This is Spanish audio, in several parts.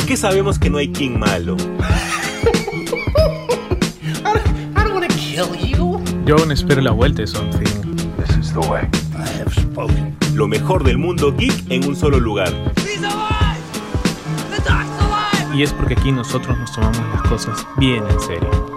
qué sabemos que no hay King malo? I don't want to kill you. Yo aún espero la vuelta de Something. This is the way. I have spoken. Lo mejor del mundo geek en un solo lugar. He's alive! The Doc's alive! Y es porque aquí nosotros nos tomamos las cosas bien en serio.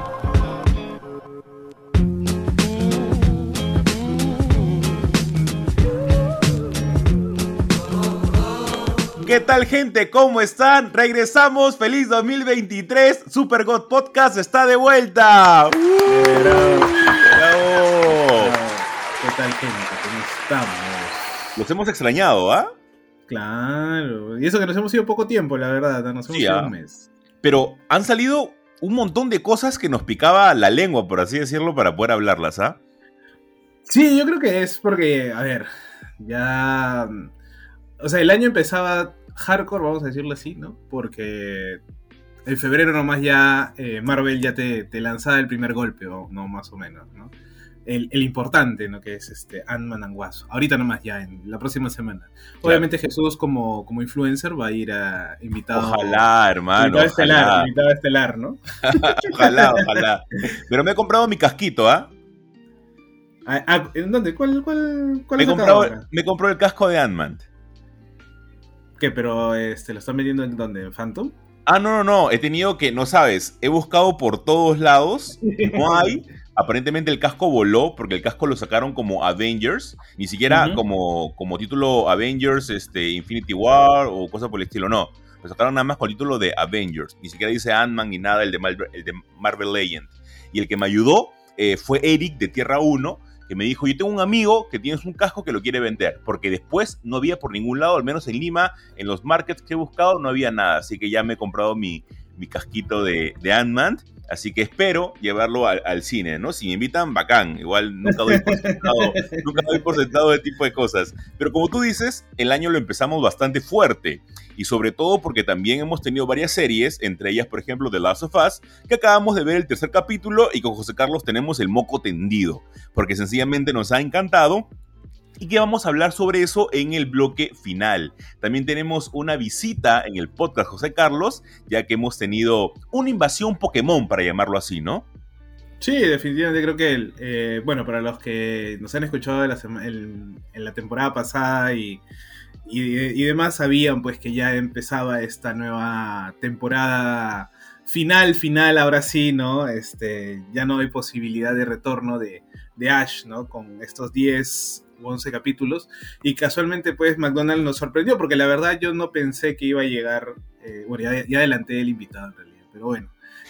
¿Qué tal, gente? ¿Cómo están? Regresamos. ¡Feliz 2023! Super God Podcast está de vuelta. Bravo. ¡Bravo! ¿Qué tal, gente? ¿Cómo estamos? Los hemos extrañado, ¿ah? Claro. Y eso que nos hemos ido poco tiempo, la verdad. Nos hemos ido un mes. Pero han salido un montón de cosas que nos picaba la lengua, por así decirlo, para poder hablarlas, ¿ah? Sí, yo creo que es porque, a ver, ya... O sea, el año empezaba hardcore, vamos a decirlo así, ¿no? Porque en febrero nomás ya Marvel ya te lanzaba el primer golpe, o no, más o menos, ¿no? El importante, ¿no? Que es Ant-Man and Wasp. Ahorita nomás ya, en la próxima semana. Claro. Obviamente Jesús como influencer va a ir a invitado... Ojalá, hermano, invitado estelar, ¿no? Ojalá. Pero me he comprado mi casquito, ¿ah? ¿En dónde? ¿Cuál me compró el casco de Ant-Man. ¿Qué? ¿Pero lo están vendiendo en dónde? ¿En Phantom? Ah, no. He tenido que, no sabes, he buscado por todos lados. No hay. Aparentemente el casco voló porque el casco lo sacaron como Avengers. Ni siquiera como título Avengers, Infinity War o cosa por el estilo. No. Lo sacaron nada más con el título de Avengers. Ni siquiera dice Ant-Man ni nada, el de Marvel Legend. Y el que me ayudó fue Eric de Tierra 1. Que me dijo, yo tengo un amigo que tienes un casco que lo quiere vender, porque después no había por ningún lado, al menos en Lima, en los markets que he buscado, no había nada, así que ya me he comprado mi casquito de Ant-Man, así que espero llevarlo al cine, ¿no? Si me invitan, bacán, igual nunca doy por sentado de tipo de cosas, pero como tú dices, el año lo empezamos bastante fuerte, y sobre todo porque también hemos tenido varias series, entre ellas, por ejemplo, The Last of Us, que acabamos de ver el tercer capítulo y con José Carlos tenemos el moco tendido, porque sencillamente nos ha encantado y que vamos a hablar sobre eso en el bloque final. También tenemos una visita en el podcast José Carlos, ya que hemos tenido una invasión Pokémon, para llamarlo así, ¿no? Sí, definitivamente creo que, bueno, para los que nos han escuchado en la temporada pasada y demás sabían pues que ya empezaba esta nueva temporada final, ahora sí, ¿no? Ya no hay posibilidad de retorno de Ash, ¿no? Con estos 10 u 11 capítulos. Y casualmente pues McDonald's nos sorprendió porque la verdad yo no pensé que iba a llegar, bueno, ya adelanté el invitado en realidad, pero bueno.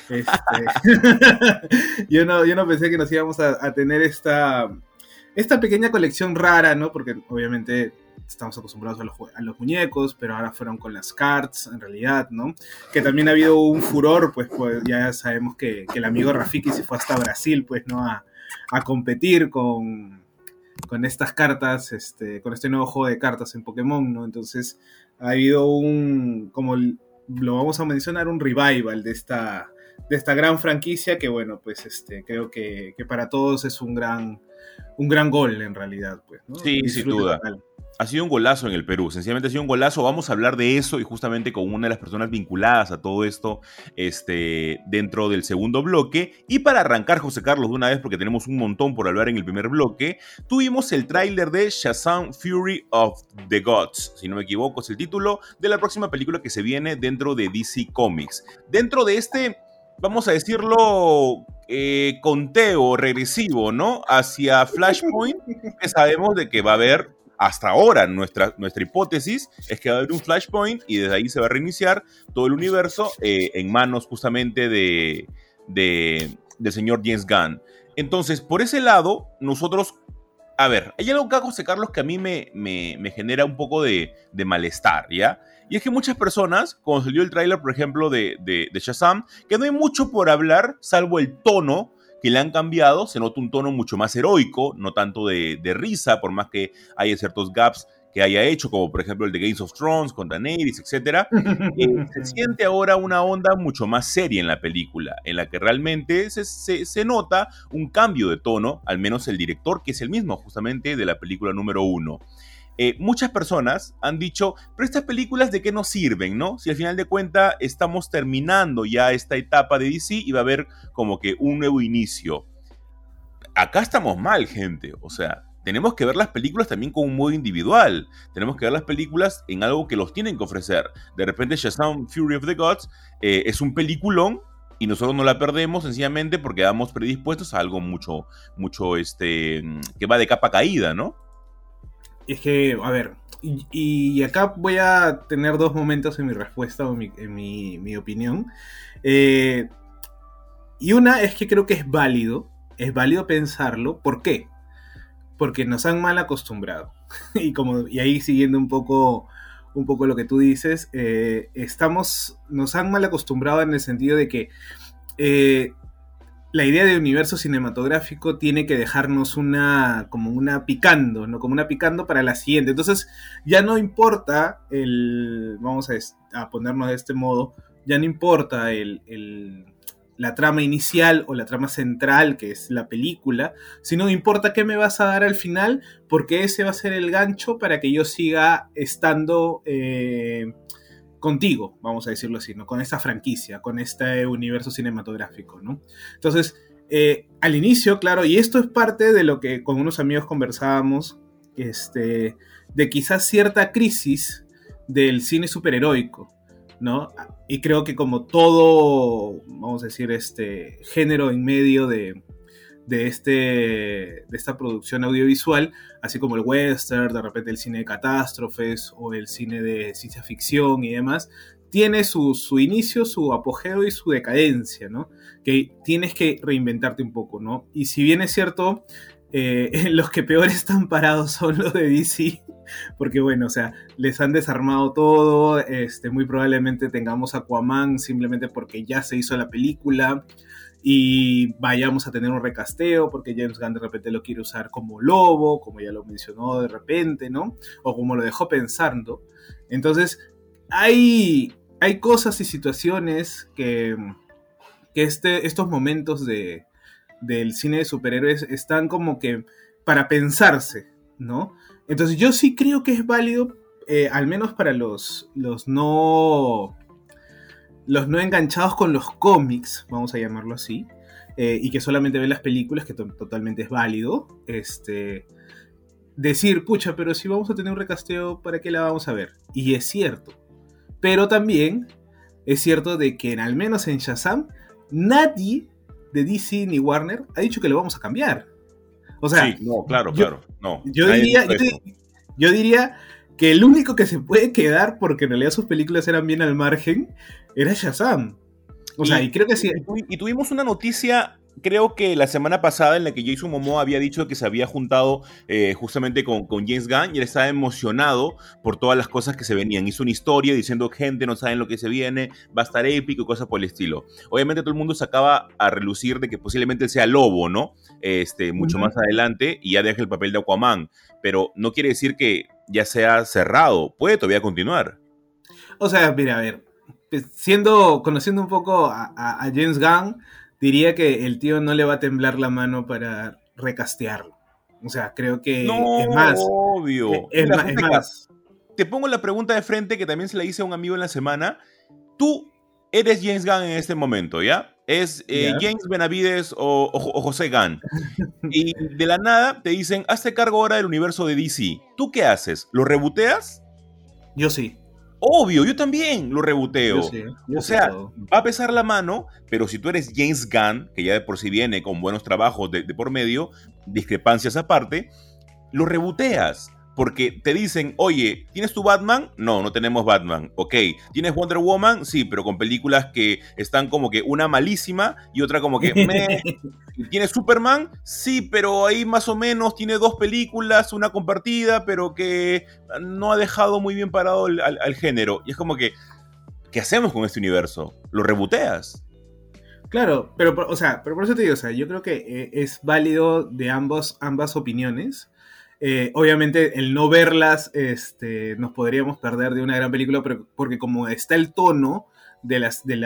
Yo no pensé que nos íbamos a tener esta pequeña colección rara, ¿no? Porque obviamente estamos acostumbrados a los muñecos, pero ahora fueron con las cards, en realidad, ¿no? Que también ha habido un furor, pues ya sabemos que el amigo Rafiki se fue hasta Brasil, pues, ¿no? A competir con estas cartas, con este nuevo juego de cartas en Pokémon, ¿no? Entonces ha habido como lo vamos a mencionar, un revival de esta gran franquicia que, bueno, pues creo que para todos es un gran gol en realidad, pues, ¿no? Sí, sin duda. Total. Ha sido un golazo en el Perú, sencillamente ha sido un golazo. Vamos a hablar de eso y justamente con una de las personas vinculadas a todo esto dentro del segundo bloque. Y para arrancar, José Carlos, de una vez, porque tenemos un montón por hablar en el primer bloque, tuvimos el tráiler de Shazam Fury of the Gods, si no me equivoco es el título, de la próxima película que se viene dentro de DC Comics. Dentro de vamos a decirlo, conteo regresivo, ¿no? Hacia Flashpoint, que sabemos de que va a haber, hasta ahora, nuestra hipótesis es que va a haber un Flashpoint y desde ahí se va a reiniciar todo el universo en manos justamente del señor James Gunn. Entonces, por ese lado, nosotros... A ver, hay algo acá, José Carlos, que a mí me genera un poco de malestar, ¿ya? Y es que muchas personas, cuando salió el tráiler, por ejemplo, de Shazam, que no hay mucho por hablar, salvo el tono que le han cambiado, se nota un tono mucho más heroico, no tanto de risa, por más que haya ciertos gaps que haya hecho, como por ejemplo el de Game of Thrones con Daenerys, etc. Se siente ahora una onda mucho más seria en la película, en la que realmente se nota un cambio de tono, al menos el director, que es el mismo justamente de la película número 1. muchas personas han dicho, pero estas películas ¿de qué nos sirven, no? Si al final de cuentas estamos terminando ya esta etapa de DC y va a haber como que un nuevo inicio. Acá estamos mal, gente. O sea, tenemos que ver las películas también con un modo individual. Tenemos que ver las películas en algo que los tienen que ofrecer. De repente Shazam Fury of the Gods es un peliculón y nosotros no la perdemos sencillamente porque vamos predispuestos a algo mucho, que va de capa caída, ¿no? Es que, a ver, y acá voy a tener dos momentos en mi respuesta o en mi opinión. Y una es que creo que es válido pensarlo. ¿Por qué? Porque nos han mal acostumbrado. y ahí siguiendo un poco lo que tú dices, nos han mal acostumbrado en el sentido de que la idea de universo cinematográfico tiene que dejarnos como una picando, ¿no? Como una picando para la siguiente. Entonces, ya no importa vamos a ponernos de este modo, ya no importa la trama inicial o la trama central, que es la película, sino importa qué me vas a dar al final, porque ese va a ser el gancho para que yo siga estando contigo, vamos a decirlo así, ¿no? Con esta franquicia, con este universo cinematográfico, ¿no? Entonces, al inicio, claro, y esto es parte de lo que con unos amigos conversábamos, de quizás cierta crisis del cine superheroico, ¿no? Y creo que como todo, vamos a decir, género en medio de esta producción audiovisual, así como el western, de repente el cine de catástrofes o el cine de ciencia ficción y demás, tiene su inicio, su apogeo y su decadencia, ¿no? Que tienes que reinventarte un poco, ¿no? Y si bien es cierto, los que peor están parados son los de DC, porque bueno, o sea, les han desarmado todo, muy probablemente tengamos Aquaman simplemente porque ya se hizo la película y vayamos a tener un recasteo porque James Gunn de repente lo quiere usar como Lobo, como ya lo mencionó de repente, ¿no? O como lo dejó pensando. Entonces, hay cosas y situaciones que estos momentos del cine de superhéroes están como que para pensarse, ¿no? Entonces yo sí creo que es válido, al menos para los no enganchados con los cómics, vamos a llamarlo así, y que solamente ven las películas, que totalmente es válido, decir, pucha, pero si vamos a tener un recasteo, ¿para qué la vamos a ver? Y es cierto. Pero también es cierto de que al menos en Shazam, nadie de DC ni Warner ha dicho que lo vamos a cambiar. O sea, sí, no, claro. No, yo diría que el único que se puede quedar, porque en realidad sus películas eran bien al margen, era Shazam. O sea, y creo que sí. Y tuvimos una noticia, creo que la semana pasada, en la que Jason Momoa había dicho que se había juntado justamente con James Gunn y él estaba emocionado por todas las cosas que se venían. Hizo una historia diciendo, gente, no saben lo que se viene, va a estar épico y cosas por el estilo. Obviamente todo el mundo sacaba a relucir de que posiblemente él sea Lobo, ¿no? Mucho más adelante y ya deja el papel de Aquaman. Pero no quiere decir que ya sea cerrado, puede todavía continuar. O sea, mira, a ver, conociendo un poco a James Gunn, diría que el tío no le va a temblar la mano para recastearlo. O sea, creo que no, es más. Obvio. Es más. Te pongo la pregunta de frente que también se la hice a un amigo en la semana. Tú eres James Gunn en este momento, ¿ya? Es James Benavides o José Gunn. Y de la nada te dicen, hazte cargo ahora del universo de DC. ¿Tú qué haces? ¿Lo reboteas? Yo sí. Obvio, yo también lo reboteo. Yo o sea, todo. va a pesar la mano, pero si tú eres James Gunn, que ya de por sí viene con buenos trabajos de por medio, discrepancias aparte, lo reboteas. Porque te dicen, oye, ¿tienes tu Batman? No, no tenemos Batman. Ok, ¿tienes Wonder Woman? Sí, pero con películas que están como que una malísima y otra como que meh. ¿Tienes Superman? Sí, pero ahí más o menos tiene dos películas, una compartida, pero que no ha dejado muy bien parado al género. Y es como que, ¿qué hacemos con este universo? ¿Lo reboteas? Claro, pero por eso te digo, o sea, yo creo que es válido de ambas opiniones. Obviamente el no verlas nos podríamos perder de una gran película, porque como está el tono de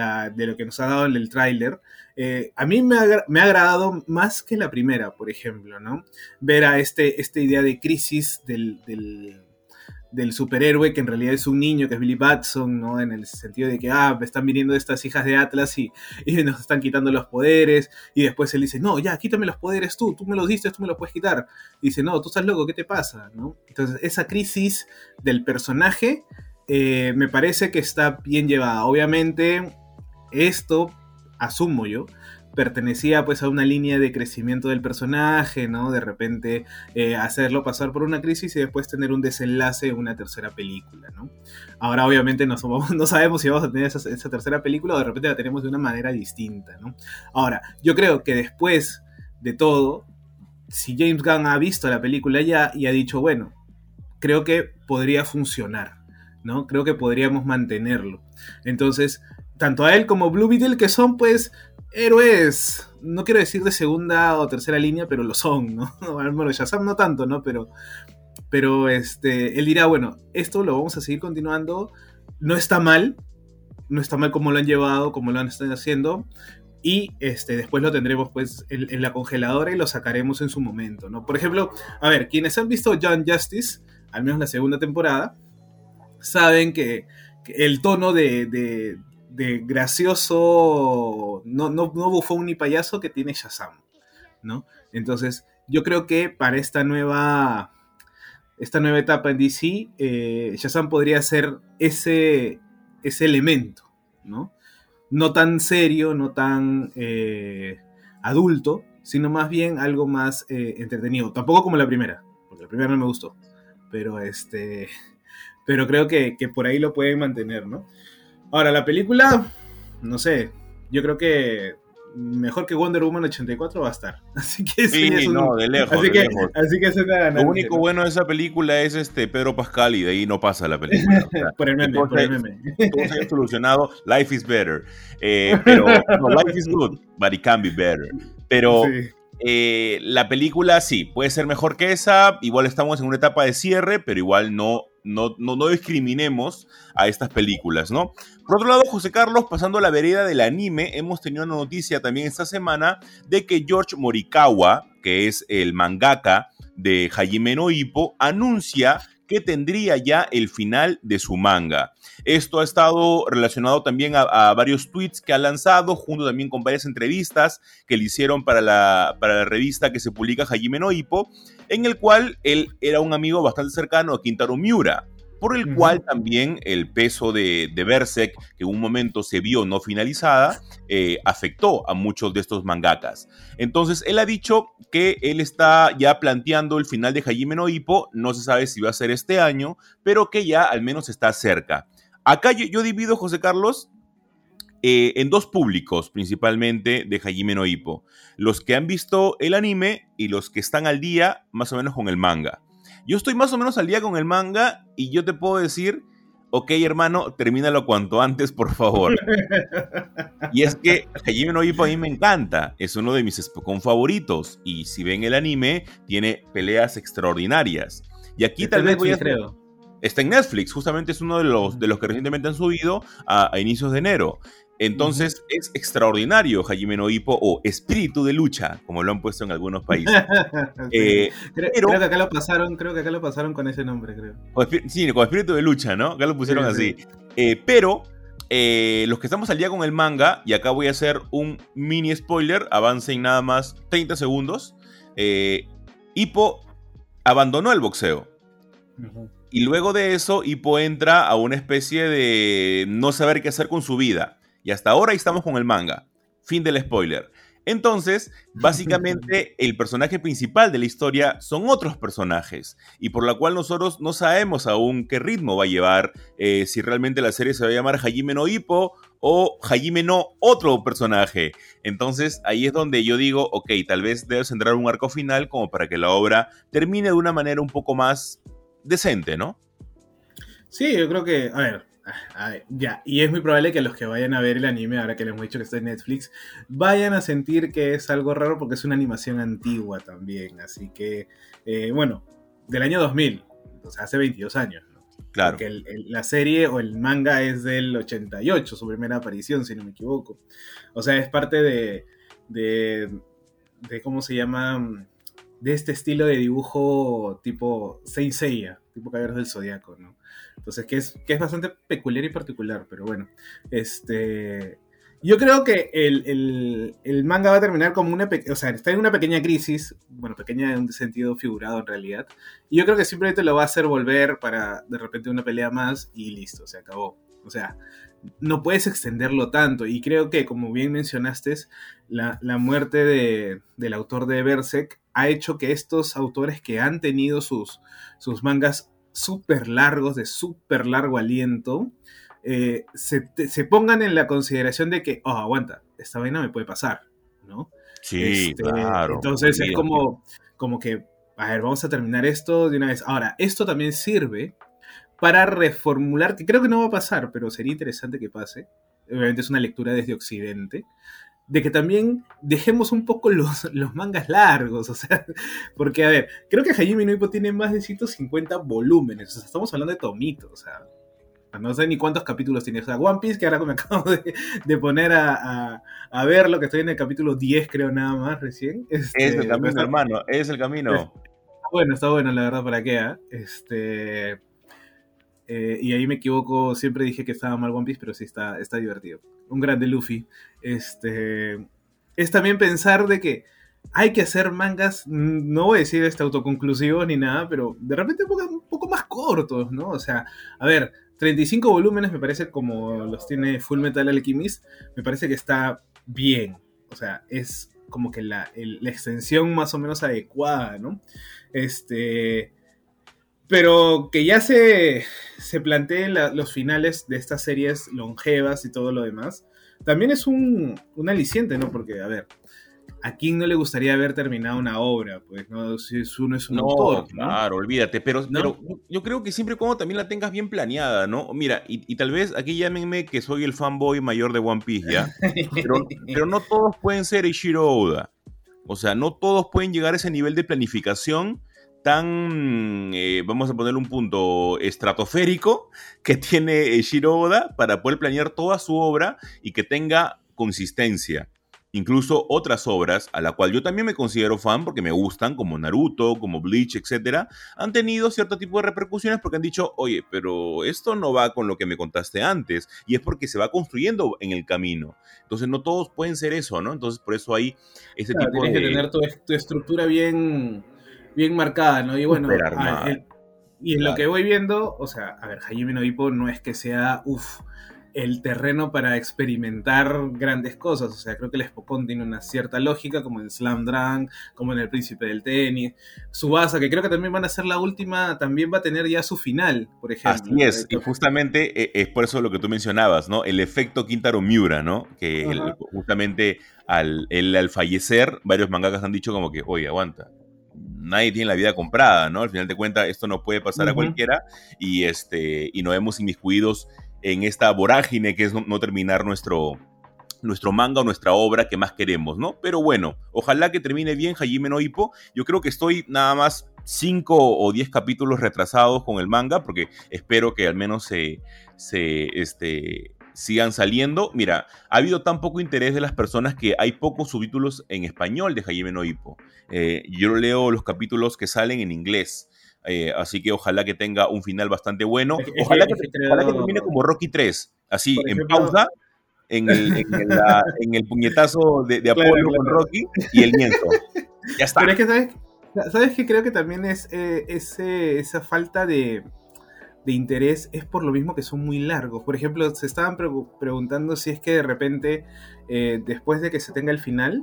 lo que nos ha dado en el tráiler, a mí me ha agradado más que la primera, por ejemplo, ¿no? Ver a esta idea de crisis del del superhéroe que en realidad es un niño, que es Billy Batson, ¿no? En el sentido de que, me están viniendo estas hijas de Atlas y nos están quitando los poderes, y después él dice, no, ya, quítame los poderes tú me los diste, tú me los puedes quitar. Y dice, no, tú estás loco, ¿qué te pasa? ¿No? Entonces, esa crisis del personaje me parece que está bien llevada. Obviamente, esto, asumo yo, pertenecía pues a una línea de crecimiento del personaje, ¿no? De repente hacerlo pasar por una crisis y después tener un desenlace en una tercera película, ¿no? Ahora obviamente no sabemos si vamos a tener esa tercera película o de repente la tenemos de una manera distinta, ¿no? Ahora, yo creo que después de todo, si James Gunn ha visto la película ya y ha dicho, bueno, creo que podría funcionar, ¿no? Creo que podríamos mantenerlo. Entonces, tanto a él como Blue Beetle, que son pues héroes, no quiero decir de segunda o tercera línea, pero lo son, ¿no? Bueno, Shazam no tanto, ¿no? Pero él dirá, bueno, esto lo vamos a seguir continuando, no está mal como lo han llevado, como lo han estado haciendo, y después lo tendremos pues en la congeladora y lo sacaremos en su momento, ¿no? Por ejemplo, a ver, quienes han visto Young Justice, al menos la segunda temporada, saben que el tono de gracioso, no bufón ni payaso que tiene Shazam, ¿no? Entonces, yo creo que para esta nueva etapa en DC, Shazam podría ser ese elemento, ¿no? No tan serio, no tan adulto, sino más bien algo más entretenido. Tampoco como la primera, porque la primera no me gustó, pero creo que por ahí lo pueden mantener, ¿no? Ahora, la película, no sé, yo creo que mejor que Wonder Woman 84 va a estar. Así que sí, es no, de lejos. Así que es una ganancia. Lo único bueno de esa película es Pedro Pascal y de ahí no pasa la película. O sea, por el meme. Todo se ha solucionado. Life is better. Pero no, life is good, but it can be better. Pero sí. La película sí, puede ser mejor que esa. Igual estamos en una etapa de cierre, pero igual no discriminemos a estas películas, ¿no? Por otro lado, José Carlos, pasando a la vereda del anime, hemos tenido una noticia también esta semana de que George Morikawa, que es el mangaka de Hajime no Ippo, anuncia que tendría ya el final de su manga. Esto ha estado relacionado también a varios tweets que ha lanzado, junto también con varias entrevistas que le hicieron para la revista que se publica Hajime no Ippo, en el cual él era un amigo bastante cercano a Kintaro Miura, por el cual también el peso de Berserk, que en un momento se vio no finalizada, afectó a muchos de estos mangakas. Entonces, él ha dicho que él está ya planteando el final de Hajime no Ippo, no se sabe si va a ser este año, pero que ya al menos está cerca. Acá yo divido, José Carlos, en dos públicos principalmente de Hajime no Ippo: los que han visto el anime y los que están al día más o menos con el manga. Yo estoy más o menos al día con el manga y yo te puedo decir, ok, hermano, termínalo cuanto antes, por favor. Y es que Hajime no Ippo a mí me encanta, es uno de mis Spokon favoritos, y si ven el anime, tiene peleas extraordinarias. Y aquí tal vez voy a... creo. Está en Netflix, justamente es uno de los que recientemente han subido a inicios de enero. Entonces es extraordinario Hajime no Ippo, o Espíritu de Lucha, como lo han puesto en algunos países. Sí. Creo que acá lo pasaron con ese nombre, creo. Sí, con Espíritu de Lucha, ¿no? Acá lo pusieron así. Pero los que estamos al día con el manga, y acá voy a hacer un mini spoiler, avancen nada más 30 segundos, Ippo abandonó el boxeo. Y luego de eso, Ippo entra a una especie de no saber qué hacer con su vida. Y hasta ahora estamos con el manga. Fin del spoiler. Entonces, básicamente, el personaje principal de la historia son otros personajes, y por la cual nosotros no sabemos aún qué ritmo va a llevar, si realmente la serie se va a llamar Hajime no Ippo o Hajime no otro personaje. Entonces, ahí es donde yo digo, ok, tal vez debe centrar un arco final como para que la obra termine de una manera un poco más decente, ¿no? Sí, yo creo que, a ver, ya, y es muy probable que los que vayan a ver el anime, ahora que les hemos dicho que está en Netflix, vayan a sentir que es algo raro porque es una animación antigua también, así que, bueno, del año 2000, o sea, hace 22 años, ¿no? Claro. Porque la serie o el manga es del 88, su primera aparición, si no me equivoco. O sea, es parte de ¿cómo se llama? de este estilo de dibujo tipo Saint Seiya, tipo Caballeros del Zodiaco, ¿no? Entonces, que es bastante peculiar y particular, pero bueno. Yo creo que el manga va a terminar como o sea, está en una pequeña crisis, bueno, pequeña en un sentido figurado en realidad, y yo creo que simplemente lo va a hacer volver para de repente una pelea más y listo, se acabó. O sea, no puedes extenderlo tanto, y creo que, como bien mencionaste, la muerte del autor de Berserk ha hecho que estos autores que han tenido sus mangas súper largos, de súper largo aliento, se pongan en la consideración de que, oh, aguanta, esta vaina me puede pasar, ¿no? Sí, claro. Entonces es Olvídate. como que, a ver, vamos a terminar esto de una vez. Ahora, esto también sirve para reformular, que creo que no va a pasar, pero sería interesante que pase. Obviamente es una lectura desde Occidente, de que también dejemos un poco los mangas largos, o sea, porque, a ver, creo que Hajime no Ippo tiene más de 150 volúmenes, o sea, estamos hablando de tomitos, o sea, no sé ni cuántos capítulos tiene. O sea, One Piece, que ahora me acabo de poner a ver lo que estoy en el capítulo 10, creo, nada más, recién. Es el camino, hermano, es el camino. Está bueno, la verdad, ¿para qué? Y ahí me equivoco, siempre dije que estaba mal One Piece, pero sí está divertido. Un grande Luffy. Es también pensar de que hay que hacer mangas, no voy a decir autoconclusivos ni nada, pero de repente un poco más cortos, ¿no? O sea, a ver, 35 volúmenes me parece, como los tiene Full Metal Alchemist, me parece que está bien. O sea, es como que la extensión más o menos adecuada, ¿no? Pero que ya se planteen los finales de estas series longevas y todo lo demás, también es un aliciente, ¿no? Porque, a ver, ¿a quién no le gustaría haber terminado una obra? Pues, ¿no? Si uno es un autor, ¿no? Claro, olvídate, pero ¿No? yo creo que siempre y cuando también la tengas bien planeada, ¿no? Mira, y tal vez aquí llámenme que soy el fanboy mayor de One Piece, ¿ya? Pero no todos pueden ser Eiichiro Oda. O sea, no todos pueden llegar a ese nivel de planificación tan, vamos a ponerle un punto, estratosférico que tiene Shiro Oda para poder planear toda su obra y que tenga consistencia. Incluso otras obras, a la cual yo también me considero fan porque me gustan, como Naruto, como Bleach, etcétera, han tenido cierto tipo de repercusiones porque han dicho, oye, pero esto no va con lo que me contaste antes, y es porque se va construyendo en el camino. Entonces no todos pueden ser eso, ¿no? Entonces por eso hay ese Claro, tipo tienes de... que tener tu estructura bien marcada, ¿no? Y bueno, Súper armada. y en lo Claro. que voy viendo, o sea, a ver, Hajime no Ippo no es que sea, el terreno para experimentar grandes cosas. O sea, creo que el Spokon tiene una cierta lógica, como en Slam Dunk, como en El Príncipe del Tenis. Tsubasa, que creo que también van a ser la última, también va a tener ya su final, por ejemplo. Así es, y justamente es por eso lo que tú mencionabas, ¿no? El efecto Kintaro Miura, ¿no? Que Ajá. justamente él al fallecer, varios mangakas han dicho como que, oye, aguanta, nadie tiene la vida comprada, ¿no? Al final de cuentas, esto no puede pasar a cualquiera y nos vemos inmiscuidos en esta vorágine que es no terminar nuestro manga o nuestra obra que más queremos, ¿no? Pero bueno, ojalá que termine bien Hajime no Ippo. Yo creo que estoy nada más 5 o 10 capítulos retrasados con el manga, porque espero que al menos sigan saliendo. Mira, ha habido tan poco interés de las personas que hay pocos subtítulos en español de Hajime no Ippo. Yo leo los capítulos que salen en inglés. Así que ojalá que tenga un final bastante bueno. Ojalá que termine como Rocky 3, así, Por en ejemplo, pausa, en el puñetazo de claro, Apolo con claro. Rocky y el lienzo. Ya está. Pero es que, ¿sabes que creo que también es esa falta de interés es por lo mismo que son muy largos? Por ejemplo, se estaban preguntando si es que de repente, después de que se tenga el final,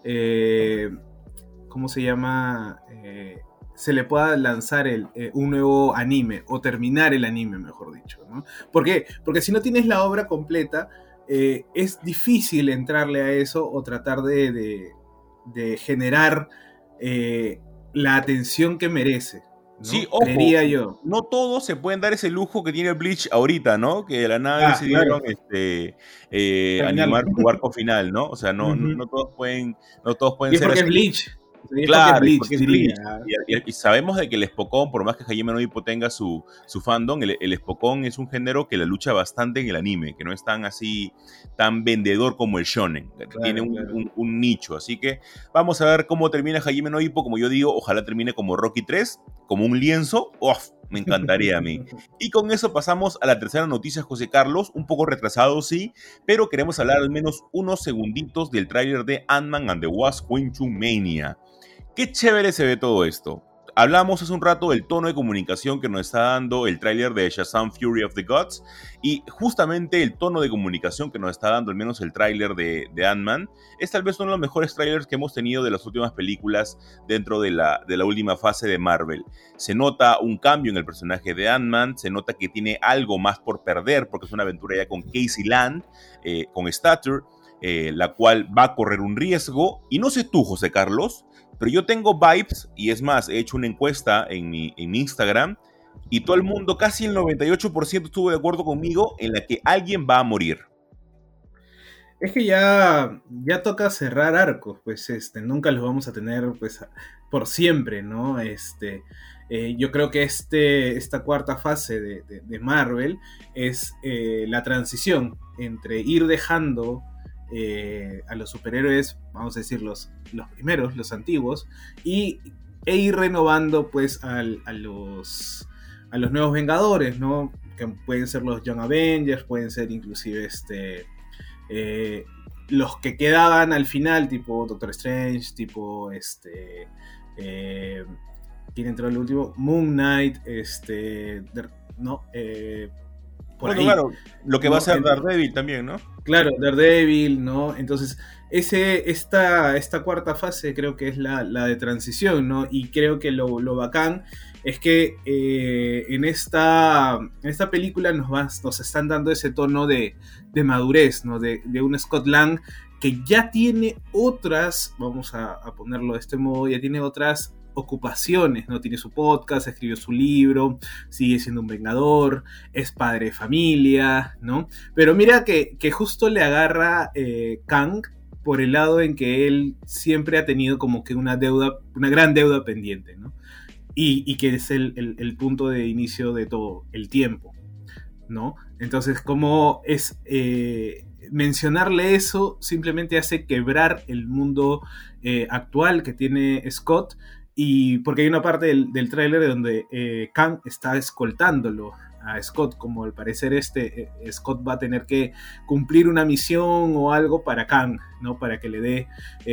¿cómo se llama? Se le pueda lanzar un nuevo anime, o terminar el anime, mejor dicho, ¿no? ¿Por qué? Porque si no tienes la obra completa, es difícil entrarle a eso o tratar de generar la atención que merece, ¿no? Sí, ojo, Creería yo. no todos se pueden dar ese lujo que tiene Bleach ahorita, ¿no? Que de la nada decidieron Claro. animar Terminarlo. su arco final, ¿no? O sea, Ujú. no todos pueden Y es ser porque así. es Bleach. Sería Claro, y Bleach, porque es diría. Bleach. Y sabemos de que el Spokon, por más que Hajime no Ippo tenga su fandom, el Spokon es un género que la lucha bastante en el anime, que no es tan así, tan vendedor como el shonen. Tiene Claro, claro. un nicho. Así que vamos a ver cómo termina Hajime no Ippo. Como yo digo, ojalá termine como Rocky 3, como un lienzo. ¡Uf! Me encantaría a mí. Y con eso pasamos a la tercera noticia, José Carlos. Un poco retrasado, sí, pero queremos hablar al menos unos segunditos del tráiler de Ant-Man and the Wasp: Quantumania. Qué chévere se ve todo esto. Hablamos hace un rato del tono de comunicación que nos está dando el tráiler de Shazam Fury of the Gods, y justamente el tono de comunicación que nos está dando al menos el tráiler de Ant-Man es tal vez uno de los mejores tráilers que hemos tenido de las últimas películas dentro de la última fase de Marvel. Se nota un cambio en el personaje de Ant-Man, se nota que tiene algo más por perder porque es una aventura ya con Casey Land, con Stature, la cual va a correr un riesgo. Y no sé tú, José Carlos, pero yo tengo vibes, y es más, he hecho una encuesta en mi Instagram, y todo el mundo, casi el 98% estuvo de acuerdo conmigo en la que alguien va a morir. Es que ya toca cerrar arcos, pues nunca los vamos a tener pues por siempre, ¿no? Yo creo que esta cuarta fase de Marvel es la transición entre ir dejando a los superhéroes, vamos a decir los primeros, los antiguos, e ir renovando pues a los nuevos Vengadores, ¿no? Que pueden ser los Young Avengers, pueden ser inclusive los que quedaban al final, tipo Doctor Strange, tipo ¿quién entró el último? Moon Knight, ¿no? Por Bueno, ahí. claro, lo que va a ¿No? ser Daredevil también, ¿no? Claro, Daredevil, ¿no? Entonces, esta cuarta fase creo que es la de transición, ¿no? Y creo que lo bacán es que en esta película nos están dando ese tono de madurez, ¿no? De un Scott Lang que ya tiene otras, vamos a ponerlo de este modo, ya tiene otras ocupaciones, ¿no? Tiene su podcast, escribió su libro, sigue siendo un vengador, es padre de familia, ¿no? Pero mira que justo le agarra Kang por el lado en que él siempre ha tenido como que una gran deuda pendiente, ¿no? Y que es el punto de inicio de todo el tiempo, ¿no? Entonces, como es mencionarle eso simplemente hace quebrar el mundo actual que tiene Scott, y porque hay una parte del tráiler donde Kang está escoltándolo a Scott, como al parecer Scott va a tener que cumplir una misión o algo para Kang, ¿no? Para que le dé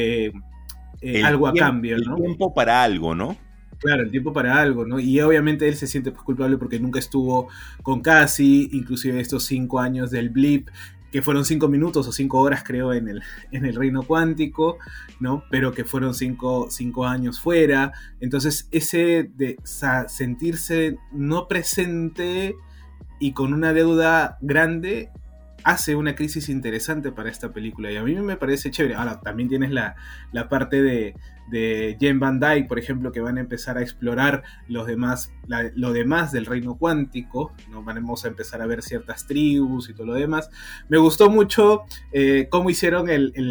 algo a cambio, ¿no? El tiempo para algo, ¿no? Claro, el tiempo para algo, ¿no? Y obviamente él se siente pues, culpable porque nunca estuvo con Cassie, inclusive estos 5 años del blip, que fueron 5 minutos o 5 horas creo en el reino cuántico, ¿no? Pero que fueron 5 años fuera. Entonces ese de sentirse no presente y con una deuda grande hace una crisis interesante para esta película, y a mí me parece chévere. Ahora, también tienes la parte de Jen Van Dyke, por ejemplo, que van a empezar a explorar lo demás del reino cuántico, ¿no? Vamos a empezar a ver ciertas tribus y todo lo demás. Me gustó mucho cómo hicieron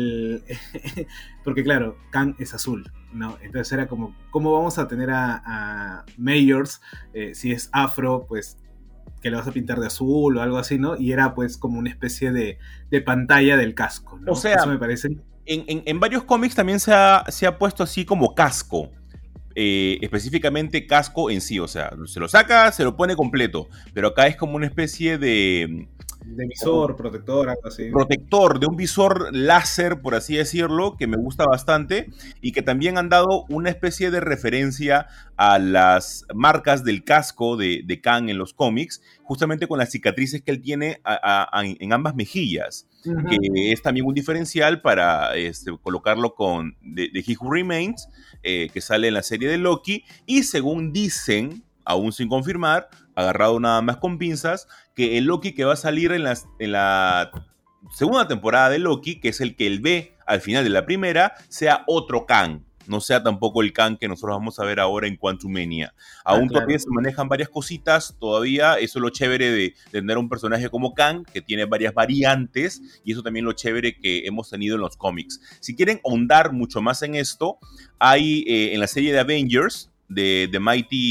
porque claro, Kang es azul, ¿no? Entonces era como, ¿cómo vamos a tener a Mayors si es afro, pues que lo vas a pintar de azul o algo así, ¿no? Y era pues como una especie de pantalla del casco, ¿no? O sea, eso me parece. En varios cómics también se ha puesto así como casco. Específicamente casco en sí, o sea, se lo saca, se lo pone completo, pero acá es como una especie de visor, protector, algo así. Protector, de un visor láser, por así decirlo, que me gusta bastante, y que también han dado una especie de referencia a las marcas del casco de Kang en los cómics, justamente con las cicatrices que él tiene en ambas mejillas, Uh-huh. que es también un diferencial para colocarlo con The He Who Remains, que sale en la serie de Loki, y según dicen, aún sin confirmar, agarrado nada más con pinzas, que el Loki que va a salir en la segunda temporada de Loki, que es el que él ve al final de la primera, sea otro Kang. no sea tampoco el Kang que nosotros vamos a ver ahora en Quantumania. Aún claro. todavía se manejan varias cositas, todavía eso es lo chévere de tener un personaje como Kang, que tiene varias variantes, y eso también lo chévere que hemos tenido en los cómics. Si quieren ahondar mucho más en esto, hay en la serie de Avengers, de The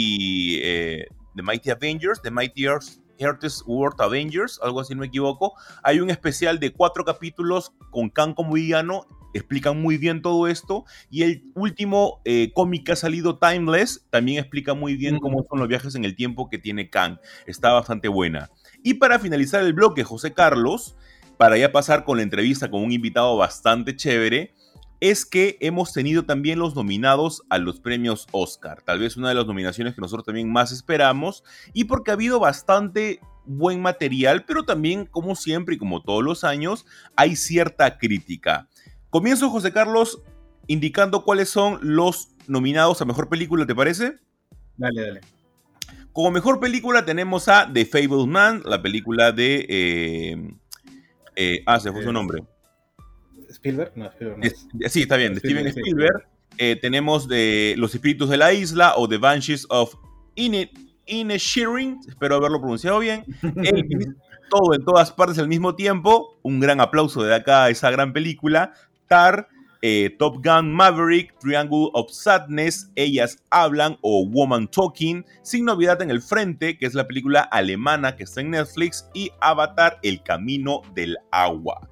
Mighty Avengers, The Mighty Earth's World Avengers, algo así no me equivoco, hay un especial de 4 capítulos con Kang como villano, explican muy bien todo esto, y el último cómic que ha salido, Timeless, también explica muy bien cómo son los viajes en el tiempo que tiene Kang, está bastante buena. Y para finalizar el bloque, José Carlos, para ya pasar con la entrevista con un invitado bastante chévere, es que hemos tenido también los nominados a los premios Oscar. Tal vez una de las nominaciones que nosotros también más esperamos, y porque ha habido bastante buen material, pero también, como siempre y como todos los años, hay cierta crítica. Comienzo, José Carlos, indicando cuáles son los nominados a Mejor Película, ¿te parece? Dale. Como Mejor Película tenemos a The Fabelman, la película de... se fue su nombre. ¿Spielberg? No, Spielberg no. Sí, está bien, de Steven Sí. Spielberg. Tenemos de Los Espíritus de la Isla o The Banshees of Inisherin, espero haberlo pronunciado bien. Elvis, todo en todas partes al mismo tiempo. Un gran aplauso de acá a esa gran película. Tar, Top Gun Maverick, Triangle of Sadness, Ellas Hablan o Woman Talking, Sin Novedad en el Frente, que es la película alemana que está en Netflix, y Avatar, El Camino del Agua.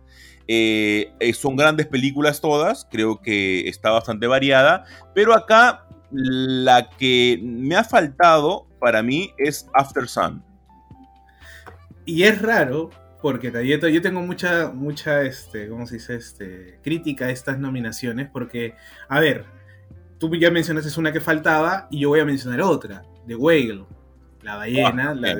Son grandes películas todas, creo que está bastante variada, pero acá la que me ha faltado para mí es After Sun. Y es raro, porque yo tengo mucha ¿cómo se dice? Crítica a estas nominaciones, porque, a ver, tú ya mencionaste una que faltaba, y yo voy a mencionar otra, The Whale, la ballena, la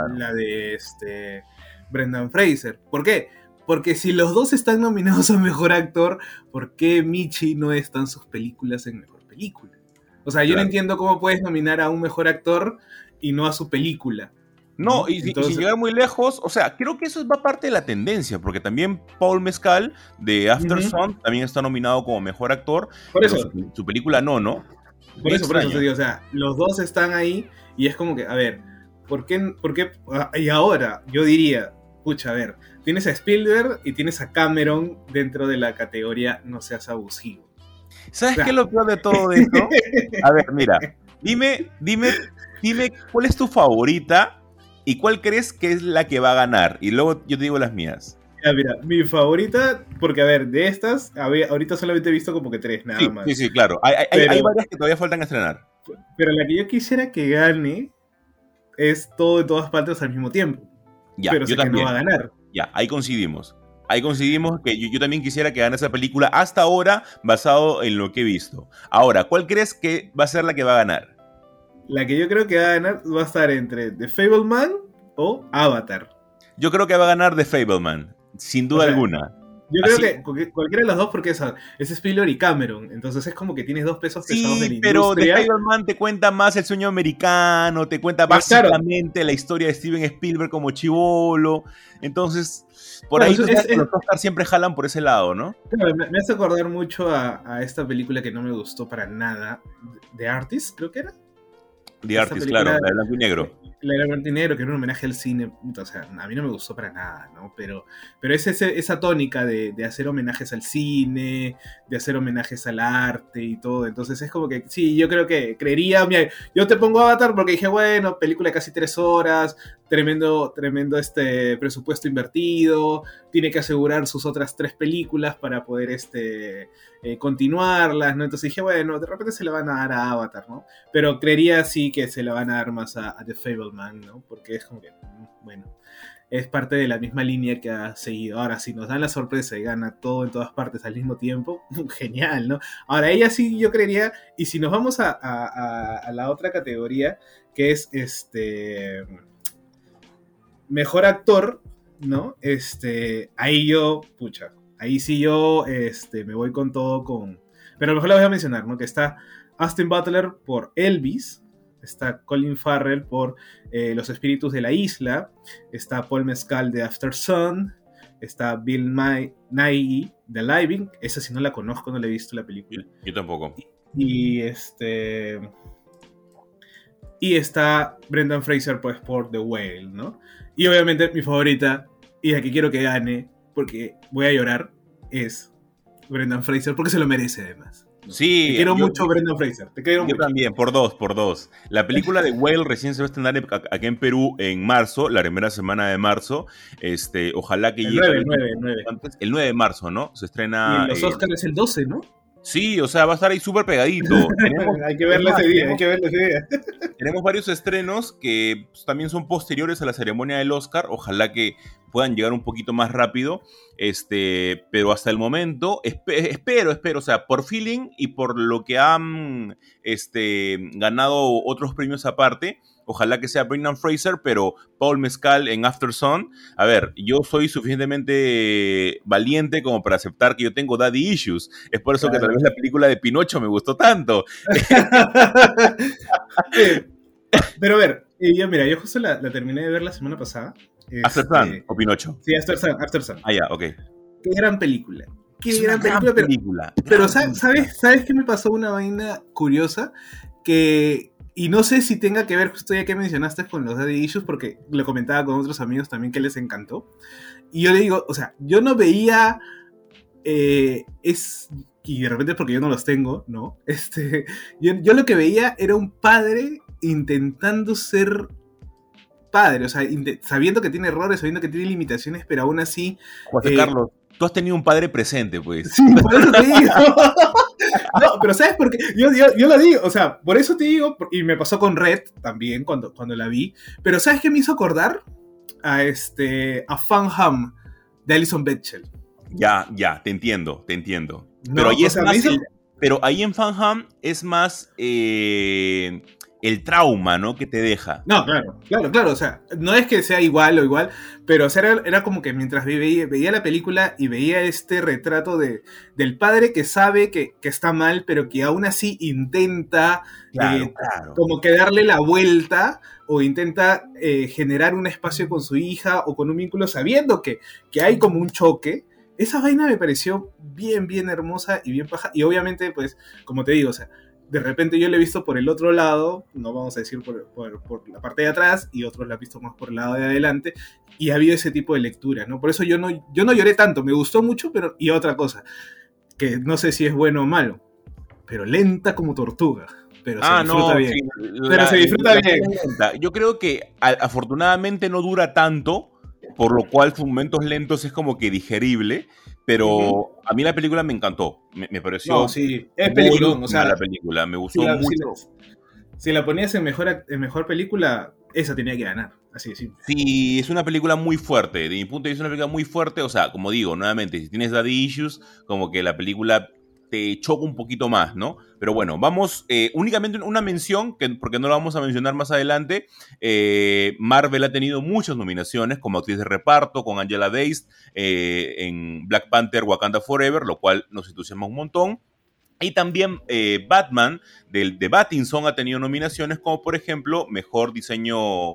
de Brendan Fraser. ¿Por qué? Porque si los dos están nominados a Mejor Actor, ¿por qué Michi no está en sus películas en Mejor Película? O sea, yo no entiendo cómo puedes nominar a un Mejor Actor y no a su película. No, y sin llegar muy lejos, o sea, creo que eso va parte de la tendencia, porque también Paul Mescal de After Sun también está nominado como Mejor Actor. Por eso. Su película no. Por eso te digo, o sea, los dos están ahí y es como que, a ver, ¿por qué? Y ahora, yo diría, pucha, a ver, tienes a Spielberg y tienes a Cameron dentro de la categoría no seas abusivo. ¿Sabes qué es lo peor de todo esto? A ver, mira, dime cuál es tu favorita y cuál crees que es la que va a ganar. Y luego yo te digo las mías. Ya, mira, mi favorita, porque a ver, de estas, ahorita solamente he visto como que 3 nada más. Sí, claro. Hay varias que todavía faltan estrenar. Pero la que yo quisiera que gane es Todo en Todas Partes al Mismo Tiempo. Ya, pero sé yo también. que no va a ganar. Ya, ahí coincidimos. Que yo también quisiera que gane esa película hasta ahora, basado en lo que he visto. Ahora, ¿cuál crees que va a ser la que va a ganar? La que yo creo que va a ganar va a estar entre The Fabelman o Avatar. Yo creo que va a ganar The Fabelman, sin duda alguna. Yo creo que cualquiera de los dos, porque es Spielberg y Cameron, entonces es como que tienes dos pesos pesados de la industria. Pero The Fabelman te cuenta más el sueño americano, te cuenta básicamente la historia de Steven Spielberg como chibolo, entonces por ahí los Oscars siempre jalan por ese lado, ¿no? Claro, me hace acordar mucho a esta película que no me gustó para nada, The Artist, creo que era. The Artist, claro, la de blanco y negro. La de blanco y negro, que era un homenaje al cine, o sea, a mí no me gustó para nada, ¿no? Pero es esa tónica de hacer homenajes al cine, de hacer homenajes al arte y todo, entonces es como que, sí, yo creo que creería, mira, yo te pongo Avatar porque dije, bueno, película de casi 3 horas, tremendo presupuesto invertido, tiene que asegurar sus otras 3 películas para poder continuarlas, ¿no? Entonces dije, bueno, de repente se la van a dar a Avatar, ¿no? Pero creería sí que se la van a dar más a The Fabelman, ¿no? Porque es como que, bueno, es parte de la misma línea que ha seguido. Ahora, si nos dan la sorpresa y gana Todo en Todas Partes al mismo tiempo, genial, ¿no? Ahora, ella sí, yo creería, y si nos vamos a la otra categoría, que es Mejor Actor, ¿no? Ahí sí yo me voy con todo pero a lo mejor la voy a mencionar, ¿no? Que está Austin Butler por Elvis, está Colin Farrell por Los Espíritus de la Isla, está Paul Mescal de After Sun, está Bill Nighy de Living, esa sí no la conozco, no la he visto la película. Yo tampoco. Y y está Brendan Fraser, pues, por The Whale, ¿no? Y obviamente mi favorita, y la que quiero que gane, porque voy a llorar, es Brendan Fraser, porque se lo merece además. ¿No? Te Sí, quiero mucho, Brendan Fraser. Te quiero yo mucho. también, por dos, por dos. La película de Whale recién se va a estrenar aquí en Perú en marzo, la primera semana de marzo. Ojalá que El llegue 9, el 9, el 9. antes. El 9 de marzo, ¿no? Se Y en estrena. los Oscars es el 12, ¿no? Sí, o sea, va a estar ahí súper pegadito. Hay que verlo ese día, hay que verlo ese día. Tenemos varios estrenos que pues, también son posteriores a la ceremonia del Oscar. Ojalá que puedan llegar un poquito más rápido. Pero hasta el momento, espero, o sea, por feeling y por lo que han ganado otros premios aparte. Ojalá que sea Brendan Fraser, pero Paul Mescal en After Sun. A ver, yo soy suficientemente valiente como para aceptar que yo tengo daddy issues. Es por eso que tal Claro. vez la película de Pinocho me gustó tanto. Sí, pero a ver, yo justo la terminé de ver la semana pasada. After Sun o Pinocho. Sí, After Sun, After Sun. Ah, ya, ok. Qué gran película. Qué Es una gran película, pero, película. pero gran ¿sabes, película. ¿sabes qué me pasó una vaina curiosa? Y no sé si tenga que ver justo ya que mencionaste con los Daddy Issues, porque lo comentaba con otros amigos también que les encantó. Y yo le digo, o sea, yo no veía... y de repente es porque yo no los tengo, ¿no? Yo lo que veía era un padre intentando ser padre, o sea, sabiendo que tiene errores, sabiendo que tiene limitaciones, pero aún así... José eh, Carlos, tú has tenido un padre presente, pues. Sí, por eso te digo. No, pero ¿sabes por qué? Yo lo digo, o sea, por eso te digo, y me pasó con Red también cuando la vi, pero ¿sabes qué me hizo acordar? A Fun Hum de Alison Bechdel. Ya, te entiendo, te entiendo. No, Pero ahí o es sea, más me hizo... pero ahí en Fan Ham es más el trauma, ¿no? Que te deja. No, claro, o sea, no es que sea igual o igual, pero o sea, era como que mientras veía la película y veía este retrato del padre que sabe que está mal, pero que aún así intenta Claro. como que darle la vuelta o intenta generar un espacio con su hija o con un vínculo sabiendo que hay como un choque. Esa vaina me pareció bien hermosa y bien paja, y obviamente, pues, como te digo, o sea, de repente yo lo he visto por el otro lado, no vamos a decir por la parte de atrás, y otros lo han visto más por el lado de adelante, y ha habido ese tipo de lectura, ¿no? Por eso yo no lloré tanto, me gustó mucho, pero y otra cosa, que no sé si es bueno o malo, pero lenta como tortuga, pero se disfruta bien. Sí, Pero se disfruta bien. lenta. Yo creo que afortunadamente no dura tanto, por lo cual sus momentos lentos es como que digerible, pero a mí la película me encantó, me pareció No, sí, es muy peliculón, o sea, la película, me gustó si mucho. si la ponías en mejor película, esa tenía que ganar, así de simple. Sí, es una película muy fuerte, de mi punto de vista es una película muy fuerte, o sea, como digo, nuevamente, si tienes daddy issues, como que la película te choca un poquito más, ¿no? Pero bueno, vamos, únicamente una mención, porque no la vamos a mencionar más adelante. Marvel ha tenido muchas nominaciones como actriz de reparto con Angela Bassett en Black Panther Wakanda Forever, lo cual nos entusiasma un montón. Y también Batman de Pattinson ha tenido nominaciones como por ejemplo Mejor Diseño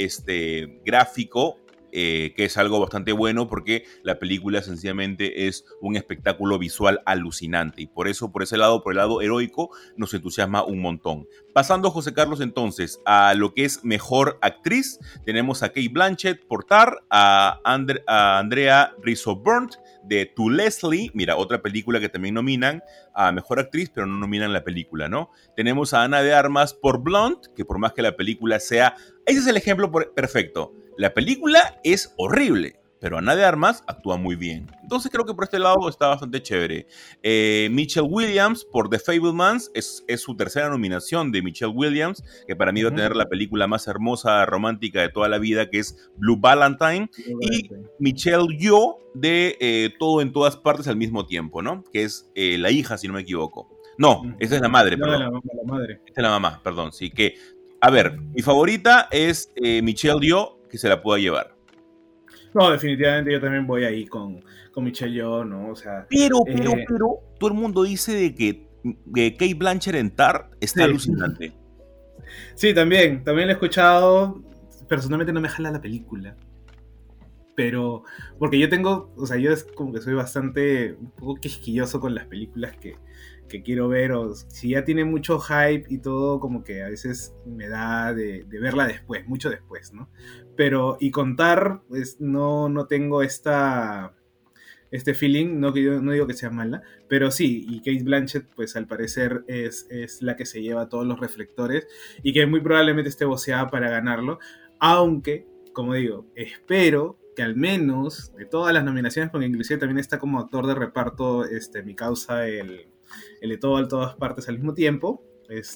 Gráfico, que es algo bastante bueno porque la película sencillamente es un espectáculo visual alucinante y por eso, por ese lado, por el lado heroico, nos entusiasma un montón. Pasando, José Carlos, entonces, a lo que es Mejor Actriz, tenemos a Cate Blanchett por Tar, a Andrea Riseborough de To Leslie, mira, otra película que también nominan a Mejor Actriz, pero no nominan la película, ¿no? Tenemos a Ana de Armas por Blonde, que por más que la película sea... Ese es el ejemplo perfecto. La película es horrible, pero Ana de Armas actúa muy bien. Entonces creo que por este lado está bastante chévere. Michelle Williams por The Fabelmans, es su tercera nominación de Michelle Williams, que para mí va a tener la película más hermosa, romántica de toda la vida, que es Blue Valentine. Y Michelle Yeoh de Todo en Todas Partes al Mismo Tiempo, ¿no? Que es la hija, si no me equivoco. No, esa es la madre, No, perdón. la madre. Esta es la mamá, perdón. Sí, que, a ver, mi favorita es Michelle Yeoh, que se la pueda llevar. No, definitivamente yo también voy ahí con Michelle Yeoh, ¿no? O sea... Pero, todo el mundo dice de que Cate Blanchett en Tar está alucinante. Sí, también lo he escuchado. Personalmente no me jala la película. Pero, porque yo tengo, o sea, yo es como que soy bastante, un poco quisquilloso con las películas que quiero ver, o si ya tiene mucho hype y todo, como que a veces me da de verla después, mucho después, ¿no? Pero, y contar, pues no tengo este feeling, no, no digo que sea mala, pero sí, y Cate Blanchett, pues al parecer es la que se lleva todos los reflectores y que muy probablemente esté voceada para ganarlo, aunque, como digo, espero que al menos de todas las nominaciones, porque inclusive también está como actor de reparto, mi causa, el de todo en todas partes al mismo tiempo,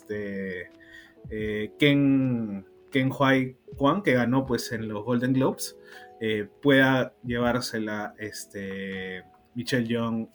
Ken Huai Kwan, que ganó pues en los Golden Globes, pueda llevársela Michelle Yeoh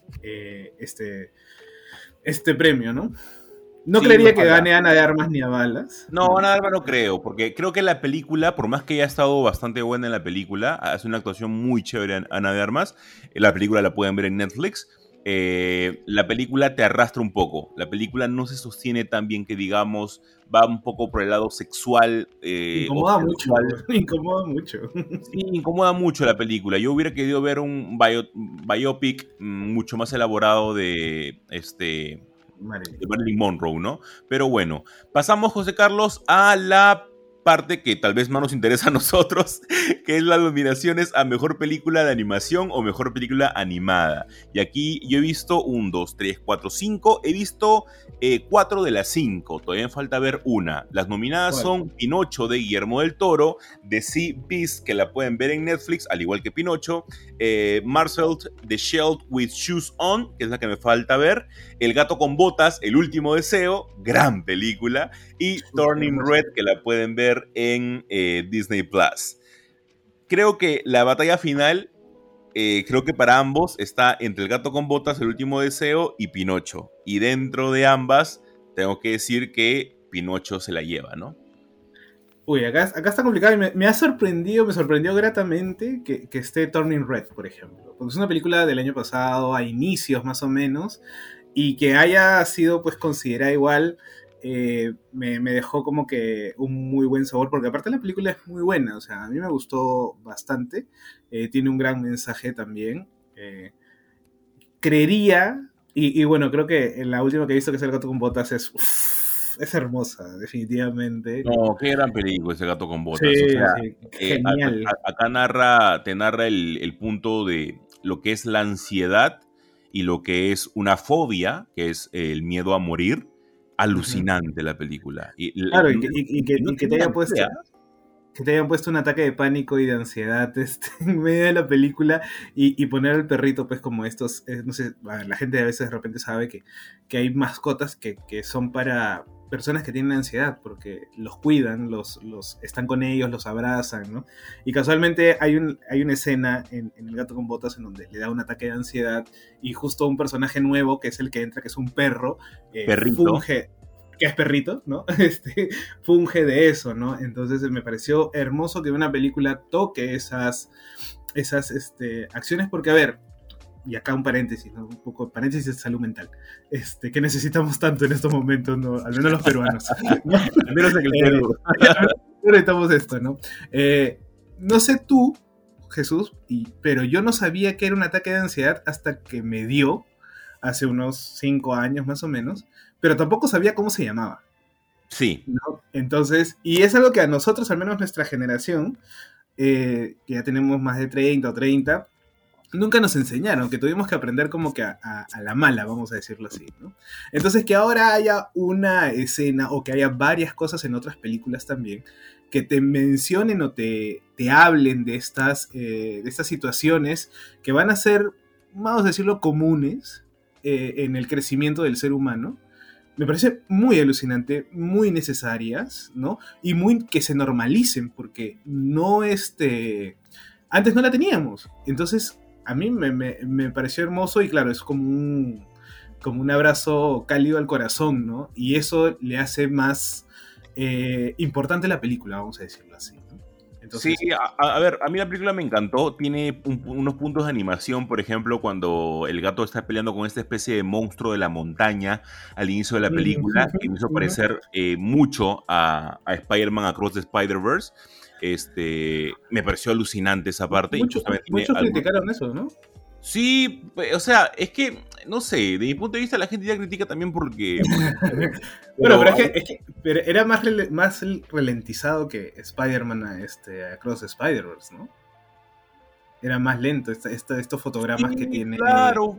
este premio, ¿no? No Sí, creería que ojalá. gane Ana de Armas ni a balas. No, Ana de Armas no creo, porque creo que la película, por más que haya estado bastante buena en la película, hace una actuación muy chévere Ana de Armas. La película la pueden ver en Netflix. La película te arrastra un poco. La película no se sostiene tan bien que digamos, va un poco por el lado sexual. Incomoda o mucho, sensual. incomoda mucho. Sí, incomoda mucho la película. Yo hubiera querido ver un biopic mucho más elaborado de Marilyn. de Marilyn Monroe, ¿no? Pero bueno, pasamos, José Carlos, a la parte que tal vez más nos interesa a nosotros, que es las nominaciones a Mejor Película de Animación o Mejor Película Animada. Y aquí yo he visto 1, 2, 3, 4, 5, he visto 4 de las 5, todavía me falta ver una. Las nominadas ¿Cuál? son Pinocho de Guillermo del Toro, The Sea Beast, que la pueden ver en Netflix, al igual que Pinocho, Marcel the Shell with Shoes On, que es la que me falta ver, El Gato con Botas, El Último Deseo, gran película, y Turning Red, que la pueden ver en Disney Plus. Creo que la batalla final, creo que para ambos está entre El Gato con Botas, El Último Deseo y Pinocho. Y dentro de ambas, tengo que decir que Pinocho se la lleva, ¿no? Uy, acá está complicado y me sorprendió gratamente que esté Turning Red, por ejemplo. Porque es una película del año pasado, a inicios más o menos, y que haya sido pues considerada igual, me dejó como que un muy buen sabor, porque aparte la película es muy buena, o sea, a mí me gustó bastante, tiene un gran mensaje también. Creería, y bueno, creo que en la última que he visto, que es El Gato con Botas, es hermosa, definitivamente. No, qué gran película ese Gato con Botas. Sí, O sea, sí, genial. acá te narra el punto de lo que es la ansiedad y lo que es una fobia, que es el miedo a morir. Alucinante la película. Claro, No y que te tenía hayan puesto, idea. que te hayan puesto un ataque de pánico y de ansiedad en medio de la película y poner al perrito pues como estos, no sé, a ver, la gente a veces de repente sabe que hay mascotas que son para personas que tienen ansiedad porque los cuidan, los están con ellos, los abrazan, ¿no? Y casualmente hay una escena en El Gato con Botas en donde le da un ataque de ansiedad y justo un personaje nuevo que es el que entra, que es un perro, Perrito. funge, que es perrito, ¿no? Funge de eso, ¿no? Entonces me pareció hermoso que una película toque esas acciones, porque, a ver, y acá un paréntesis, ¿no? Un poco paréntesis de salud mental, que necesitamos tanto en estos momentos, ¿no? Al menos los peruanos, ¿no? Al menos en el Perú. Necesitamos esto, ¿no? No sé tú, Jesús, pero yo no sabía que era un ataque de ansiedad hasta que me dio hace unos 5 años más o menos, pero tampoco sabía cómo se llamaba. Sí. ¿No? Entonces, y es algo que a nosotros, al menos nuestra generación, que ya tenemos más de 30 o 30, nunca nos enseñaron, que tuvimos que aprender como que a la mala, vamos a decirlo así, ¿no? Entonces, que ahora haya una escena o que haya varias cosas en otras películas también, que te mencionen o te hablen de estas situaciones que van a ser, vamos a decirlo, comunes en el crecimiento del ser humano, me parece muy alucinante, muy necesarias, ¿no? Y muy que se normalicen, porque no antes no la teníamos. Entonces, a mí me pareció hermoso y claro, es como un abrazo cálido al corazón, ¿no? Y eso le hace más importante la película, vamos a decirlo así, ¿no? Entonces, Sí, a ver, a mí la película me encantó. Tiene unos puntos de animación, por ejemplo, cuando el gato está peleando con esta especie de monstruo de la montaña al inicio de la película, que me hizo parecer mucho a Spider-Man Across the Spider-Verse. Me pareció alucinante esa parte. Y muchos justamente tiene criticaron eso, ¿no? Sí, o sea, es que, no sé, de mi punto de vista la gente ya critica también porque... Pero pero era más ralentizado que Spider-Man Across the Spider-Verse, ¿no? Era más lento estos fotogramas Sí, que tiene. claro.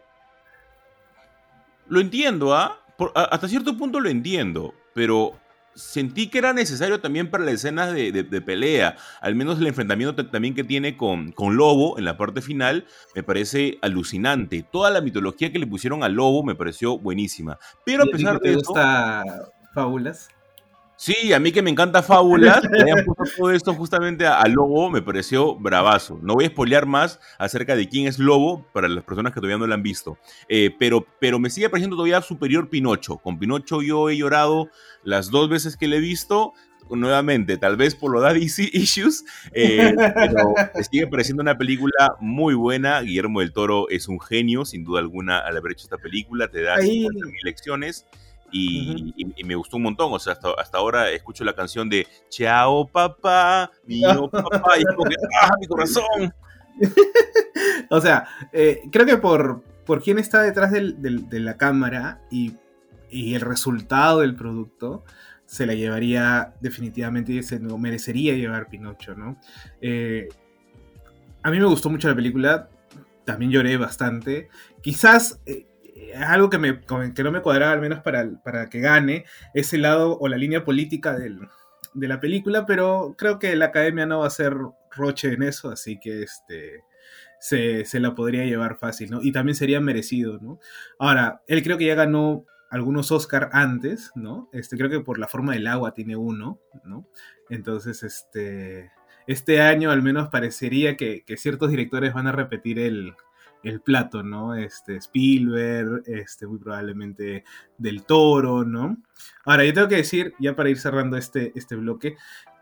Lo entiendo, ¿ah? Hasta cierto punto lo entiendo, pero sentí que era necesario también para las escenas de pelea. Al menos el enfrentamiento también que tiene con Lobo en la parte final me parece alucinante. Toda la mitología que le pusieron a Lobo me pareció buenísima. Pero a ¿Y a ti pesar que de te eso... gusta Fábulas? Sí, a mí que me encanta Fábulas, que hayan puesto todo esto justamente a Lobo, me pareció bravazo. No voy a spoilear más acerca de quién es Lobo para las personas que todavía no lo han visto. Pero me sigue pareciendo todavía superior Pinocho. Con Pinocho yo he llorado las 2 veces que le he visto. Nuevamente, tal vez por lo de DC Issues, pero me sigue pareciendo una película muy buena. Guillermo del Toro es un genio, sin duda alguna, al haber hecho esta película. Te da Ahí. 50.000 lecciones. Y me gustó un montón, o sea, hasta ahora escucho la canción de Chao papá, mío papá, y es como que ¡ah, mi corazón! O sea, creo que por quién está detrás de la cámara y el resultado del producto, se la llevaría definitivamente y se lo merecería llevar Pinocho, ¿no? A mí me gustó mucho la película, también lloré bastante. Quizás algo que no me cuadraba, al menos para que gane, es el lado o la línea política de la película, pero creo que la academia no va a ser roche en eso, así que se la podría llevar fácil, ¿no? Y también sería merecido, ¿no? Ahora, él creo que ya ganó algunos Oscar antes, ¿no? Creo que por La forma del agua tiene uno, ¿no? Entonces, este año al menos parecería que ciertos directores van a repetir el plato, ¿no? Spielberg, muy probablemente Del Toro, ¿no? Ahora, yo tengo que decir, ya para ir cerrando este bloque,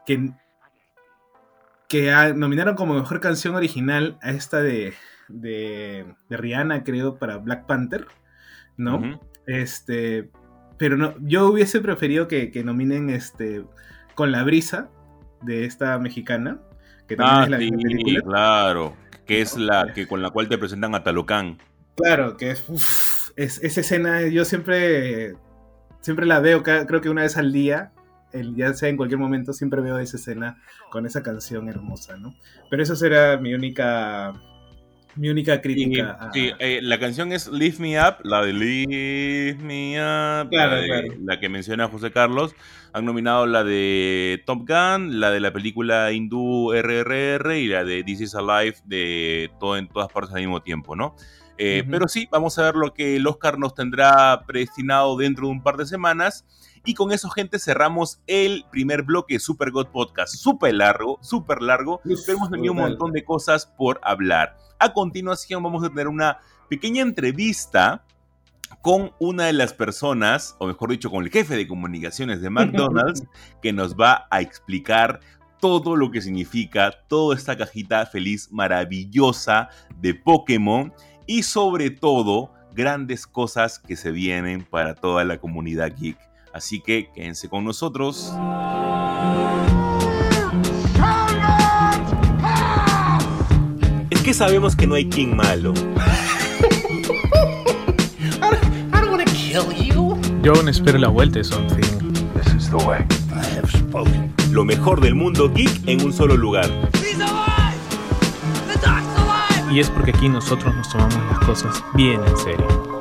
que nominaron como mejor canción original a esta de Rihanna, creo, para Black Panther, ¿no? Uh-huh. Pero no, yo hubiese preferido que nominen Con la brisa de esta mexicana, que también es la misma película. Claro, que es la que con la cual te presentan a Talocán. Claro, que es esa escena, yo siempre la veo, creo que una vez al día, ya sea en cualquier momento, siempre veo esa escena con esa canción hermosa, ¿no? Pero esa será mi única crítica. Sí, la canción es Lift Me Up, la de Lift Me Up, Claro. la que menciona José Carlos. Han nominado la de Top Gun, la de la película hindú RRR y la de This Is Alive de todo en todas partes al mismo tiempo, ¿no? Uh-huh. Pero sí, vamos a ver lo que el Oscar nos tendrá predestinado dentro de un par de semanas. Y con eso, gente, cerramos el primer bloque de Super God Podcast. Súper largo, pero hemos tenido un montón de cosas por hablar. A continuación vamos a tener una pequeña entrevista con una de las personas, o mejor dicho, con el jefe de comunicaciones de McDonald's, que nos va a explicar todo lo que significa toda esta cajita feliz, maravillosa de Pokémon y sobre todo grandes cosas que se vienen para toda la comunidad geek. Así que quédense con nosotros. Es que sabemos que no hay King malo. Yo aún espero la vuelta de Something. Lo mejor del mundo geek en un solo lugar. He's alive! The Doc's alive! Y es porque aquí nosotros nos tomamos las cosas bien en serio.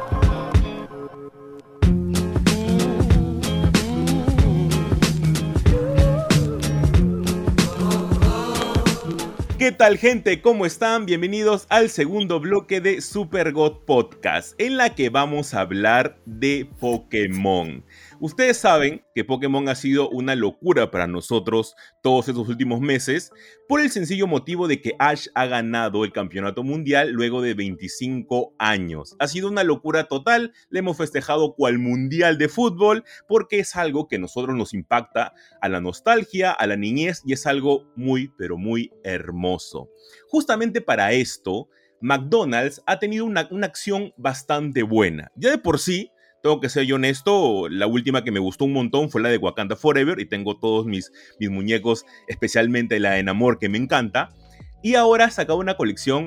¿Qué tal, gente? ¿Cómo están? Bienvenidos al segundo bloque de Super God Podcast, en la que vamos a hablar de Pokémon. Ustedes saben que Pokémon ha sido una locura para nosotros todos estos últimos meses, por el sencillo motivo de que Ash ha ganado el campeonato mundial luego de 25 años. Ha sido una locura total, le hemos festejado cual mundial de fútbol, porque es algo que a nosotros nos impacta a la nostalgia, a la niñez, y es algo muy, pero muy hermoso. Justamente para esto, McDonald's ha tenido una acción bastante buena. Ya de por sí, tengo que ser yo honesto, la última que me gustó un montón fue la de Wakanda Forever, y tengo todos mis muñecos, especialmente la de Namor, que me encanta. Y ahora ha sacado una colección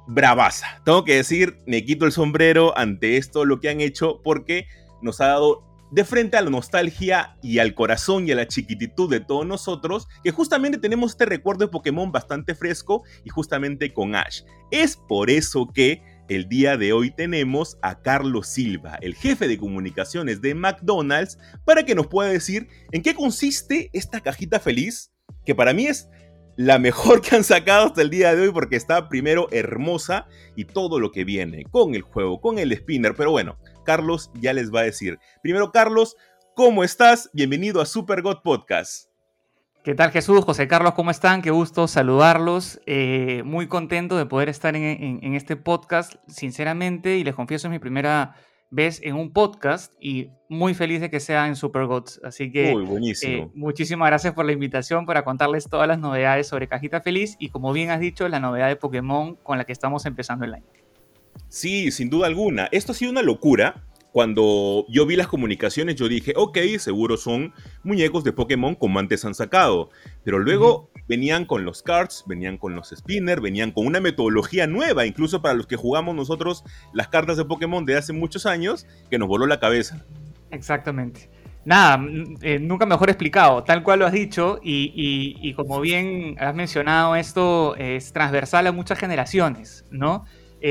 bravaza. Tengo que decir, me quito el sombrero ante esto, lo que han hecho, porque nos ha dado de frente a la nostalgia y al corazón y a la chiquititud de todos nosotros, que justamente tenemos este recuerdo de Pokémon bastante fresco y justamente con Ash. Es por eso que el día de hoy tenemos a Carlos Silva, el jefe de comunicaciones de McDonald's, para que nos pueda decir en qué consiste esta cajita feliz, que para mí es la mejor que han sacado hasta el día de hoy, porque está primero hermosa y todo lo que viene con el juego, con el spinner. Pero bueno, Carlos ya les va a decir. Primero, Carlos, ¿cómo estás? Bienvenido a Super God Podcast. ¿Qué tal, Jesús? José Carlos, ¿cómo están? Qué gusto saludarlos. Muy contento de poder estar en este podcast, sinceramente, y les confieso, es mi primera vez en un podcast y muy feliz de que sea en Super Gods. Así que buenísimo. Muchísimas gracias por la invitación para contarles todas las novedades sobre Cajita Feliz y, como bien has dicho, la novedad de Pokémon con la que estamos empezando el año. Sí, sin duda alguna. Esto ha sido una locura. Cuando yo vi las comunicaciones, yo dije, ok, seguro son muñecos de Pokémon como antes han sacado. Pero luego venían con los cards, venían con los spinners, venían con una metodología nueva, incluso para los que jugamos nosotros las cartas de Pokémon de hace muchos años, que nos voló la cabeza. Exactamente. Nada, nunca mejor explicado, tal cual lo has dicho, y como bien has mencionado, esto es transversal a muchas generaciones, ¿no?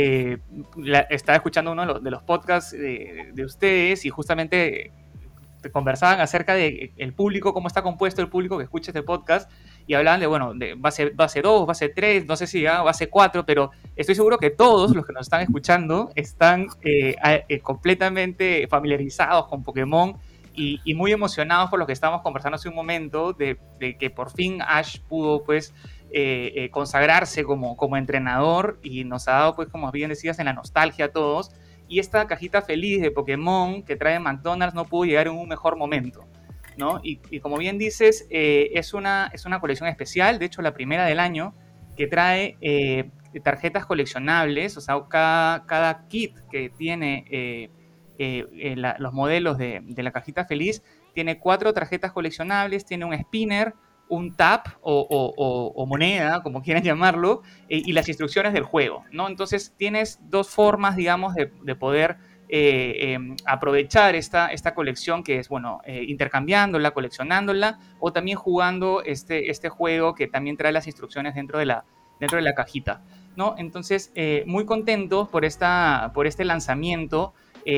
Estaba escuchando uno de los podcasts de ustedes y justamente te conversaban acerca de el público, cómo está compuesto el público que escucha este podcast, y hablaban de, bueno, de base 2, base 3, no sé si ya base 4, pero estoy seguro que todos los que nos están escuchando están completamente familiarizados con Pokémon y muy emocionados por lo que estábamos conversando hace un momento, de que por fin Ash pudo, pues, consagrarse como entrenador, y nos ha dado, pues, como bien decías, en la nostalgia a todos. Y esta cajita feliz de Pokémon que trae McDonald's no pudo llegar en un mejor momento, ¿no? Y como bien dices, es una colección especial, de hecho la primera del año, que trae tarjetas coleccionables, o sea, cada kit que tiene los modelos de la cajita feliz tiene 4 tarjetas coleccionables, tiene un spinner, un tap o moneda, como quieran llamarlo, y las instrucciones del juego, ¿no? Entonces tienes 2 formas, digamos, de poder aprovechar esta colección, que es, bueno, intercambiándola, coleccionándola, o también jugando este juego que también trae las instrucciones dentro de la cajita, ¿no? Entonces, muy contentos por este lanzamiento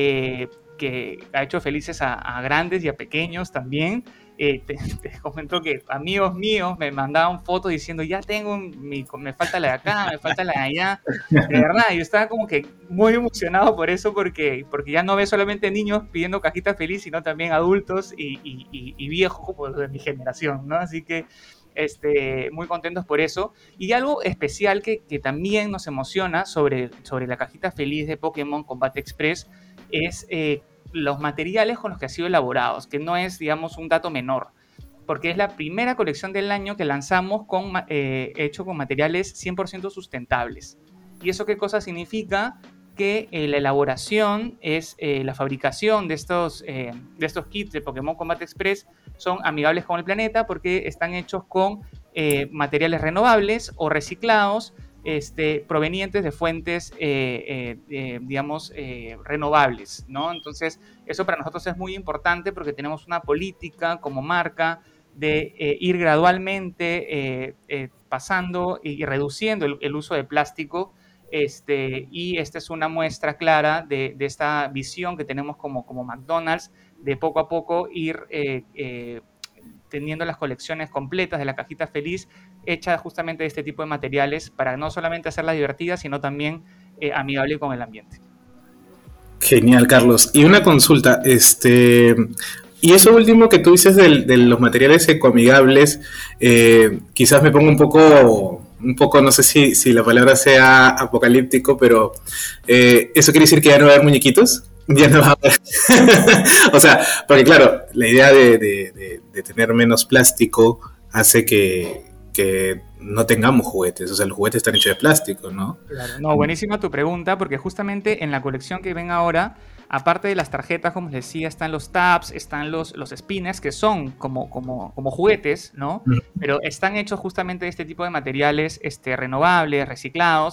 que ha hecho felices a grandes y a pequeños también. Te comento que amigos míos me mandaban fotos diciendo, ya tengo me falta la de acá, me falta la de allá. De verdad, yo estaba como que muy emocionado por eso, porque ya no ves solamente niños pidiendo cajita feliz, sino también adultos y viejos como los de mi generación, ¿no? Así que muy contentos por eso. Y algo especial que también nos emociona sobre la cajita feliz de Pokémon Combate Express es los materiales con los que han sido elaborados, que no es, digamos, un dato menor, porque es la primera colección del año que lanzamos hecho con materiales 100% sustentables. ¿Y eso qué cosa significa? Que la elaboración la fabricación de estos kits de Pokémon Combate Express son amigables con el planeta, porque están hechos con materiales renovables o reciclados, provenientes de fuentes, digamos, renovables, ¿no? Entonces, eso para nosotros es muy importante, porque tenemos una política como marca de ir gradualmente pasando y reduciendo el uso de plástico, y esta es una muestra clara de esta visión que tenemos como McDonald's, de poco a poco ir teniendo las colecciones completas de la cajita feliz, hecha justamente de este tipo de materiales, para no solamente hacerla divertida, sino también amigable con el ambiente. Genial, Carlos. Y una consulta, y eso último que tú dices de los materiales ecoamigables, quizás me pongo un poco, no sé si la palabra sea apocalíptico, pero ¿eso quiere decir que ya no va a haber muñequitos? Ya no va a haber. O sea, porque claro, la idea de tener menos plástico hace que no tengamos juguetes. O sea, los juguetes están hechos de plástico, ¿no? Claro. No, buenísima tu pregunta, porque justamente en la colección que ven ahora, aparte de las tarjetas, como les decía, están los tabs, están los spinners, que son como juguetes, ¿no? Pero están hechos justamente de este tipo de materiales renovables, reciclados.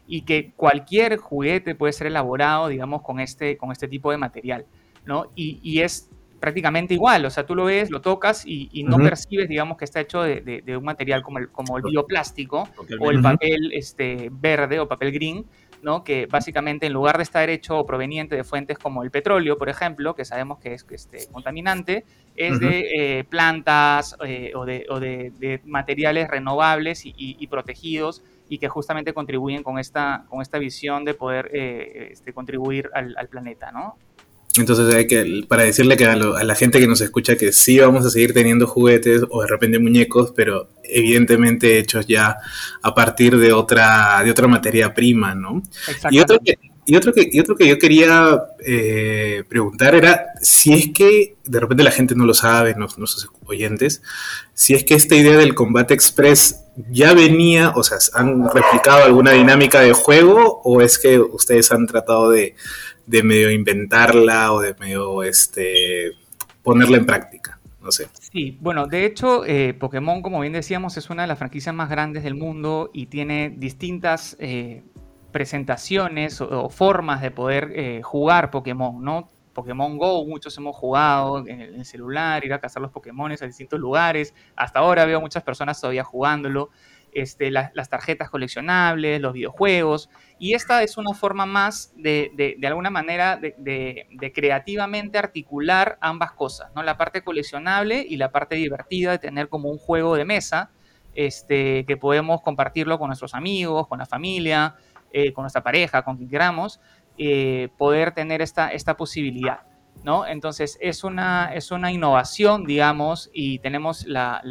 y que cualquier juguete puede ser elaborado, digamos, con este tipo de material, ¿no? Y es prácticamente igual, o sea, tú lo ves, lo tocas y no percibes, digamos, que está hecho de un material como el bioplástico o el papel verde o papel green, ¿no? Que básicamente en lugar de estar hecho o proveniente de fuentes como el petróleo, por ejemplo, que sabemos que es contaminante, es de plantas o de materiales renovables y protegidos y que justamente contribuyen con esta visión de poder contribuir al planeta, ¿no? Entonces hay que, para decirle que a la gente que nos escucha que sí vamos a seguir teniendo juguetes o de repente muñecos, pero evidentemente hechos ya a partir de otra materia prima, ¿no? Y otro que yo quería preguntar era si es que de repente la gente no lo sabe, nuestros oyentes, si es que esta idea del combate express ya venía, o sea, ¿han replicado alguna dinámica de juego o es que ustedes han tratado de medio inventarla o de medio ponerla en práctica? No sé. Sí, bueno, de hecho, Pokémon, como bien decíamos, es una de las franquicias más grandes del mundo y tiene distintas presentaciones o formas de poder jugar Pokémon, ¿no? Pokémon Go, muchos hemos jugado en el celular, ir a cazar los Pokémones a distintos lugares. Hasta ahora veo muchas personas todavía jugándolo. Las tarjetas coleccionables, los videojuegos, y esta es una forma más de alguna manera de creativamente articular ambas cosas, ¿no? La parte coleccionable y la parte divertida de tener como un juego de mesa que podemos compartirlo con nuestros amigos, con la familia, con nuestra pareja, con quien queramos, poder tener esta posibilidad, ¿no? Entonces es una innovación, digamos, y tenemos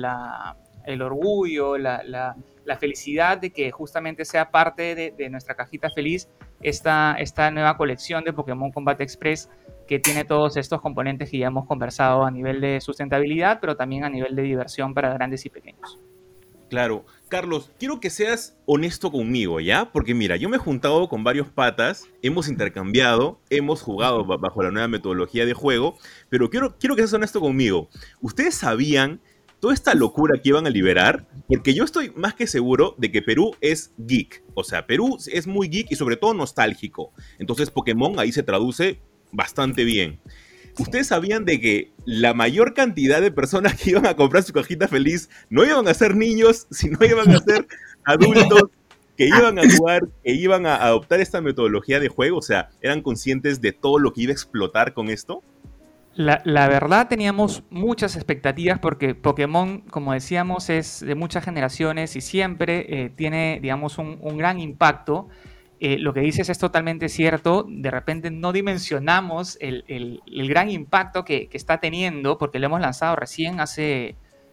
el orgullo, la felicidad de que justamente sea parte de nuestra cajita feliz esta nueva colección de Pokémon Combat Express que tiene todos estos componentes que ya hemos conversado a nivel de sustentabilidad, pero también a nivel de diversión para grandes y pequeños. Claro. Carlos, quiero que seas honesto conmigo, ¿ya? Porque mira, yo me he juntado con varios patas, hemos intercambiado, hemos jugado bajo la nueva metodología de juego, pero quiero que seas honesto conmigo. ¿Ustedes sabían toda esta locura que iban a liberar? Porque yo estoy más que seguro de que Perú es geek. O sea, Perú es muy geek y sobre todo nostálgico. Entonces Pokémon ahí se traduce bastante bien. ¿Ustedes sabían de que la mayor cantidad de personas que iban a comprar su cajita feliz no iban a ser niños, sino iban a ser adultos que iban a jugar, que iban a adoptar esta metodología de juego? O sea, ¿eran conscientes de todo lo que iba a explotar con esto? La verdad teníamos muchas expectativas porque Pokémon, como decíamos, es de muchas generaciones y siempre tiene, digamos, un gran impacto. Lo que dices es totalmente cierto. De repente no dimensionamos el gran impacto que está teniendo porque lo hemos lanzado recién hace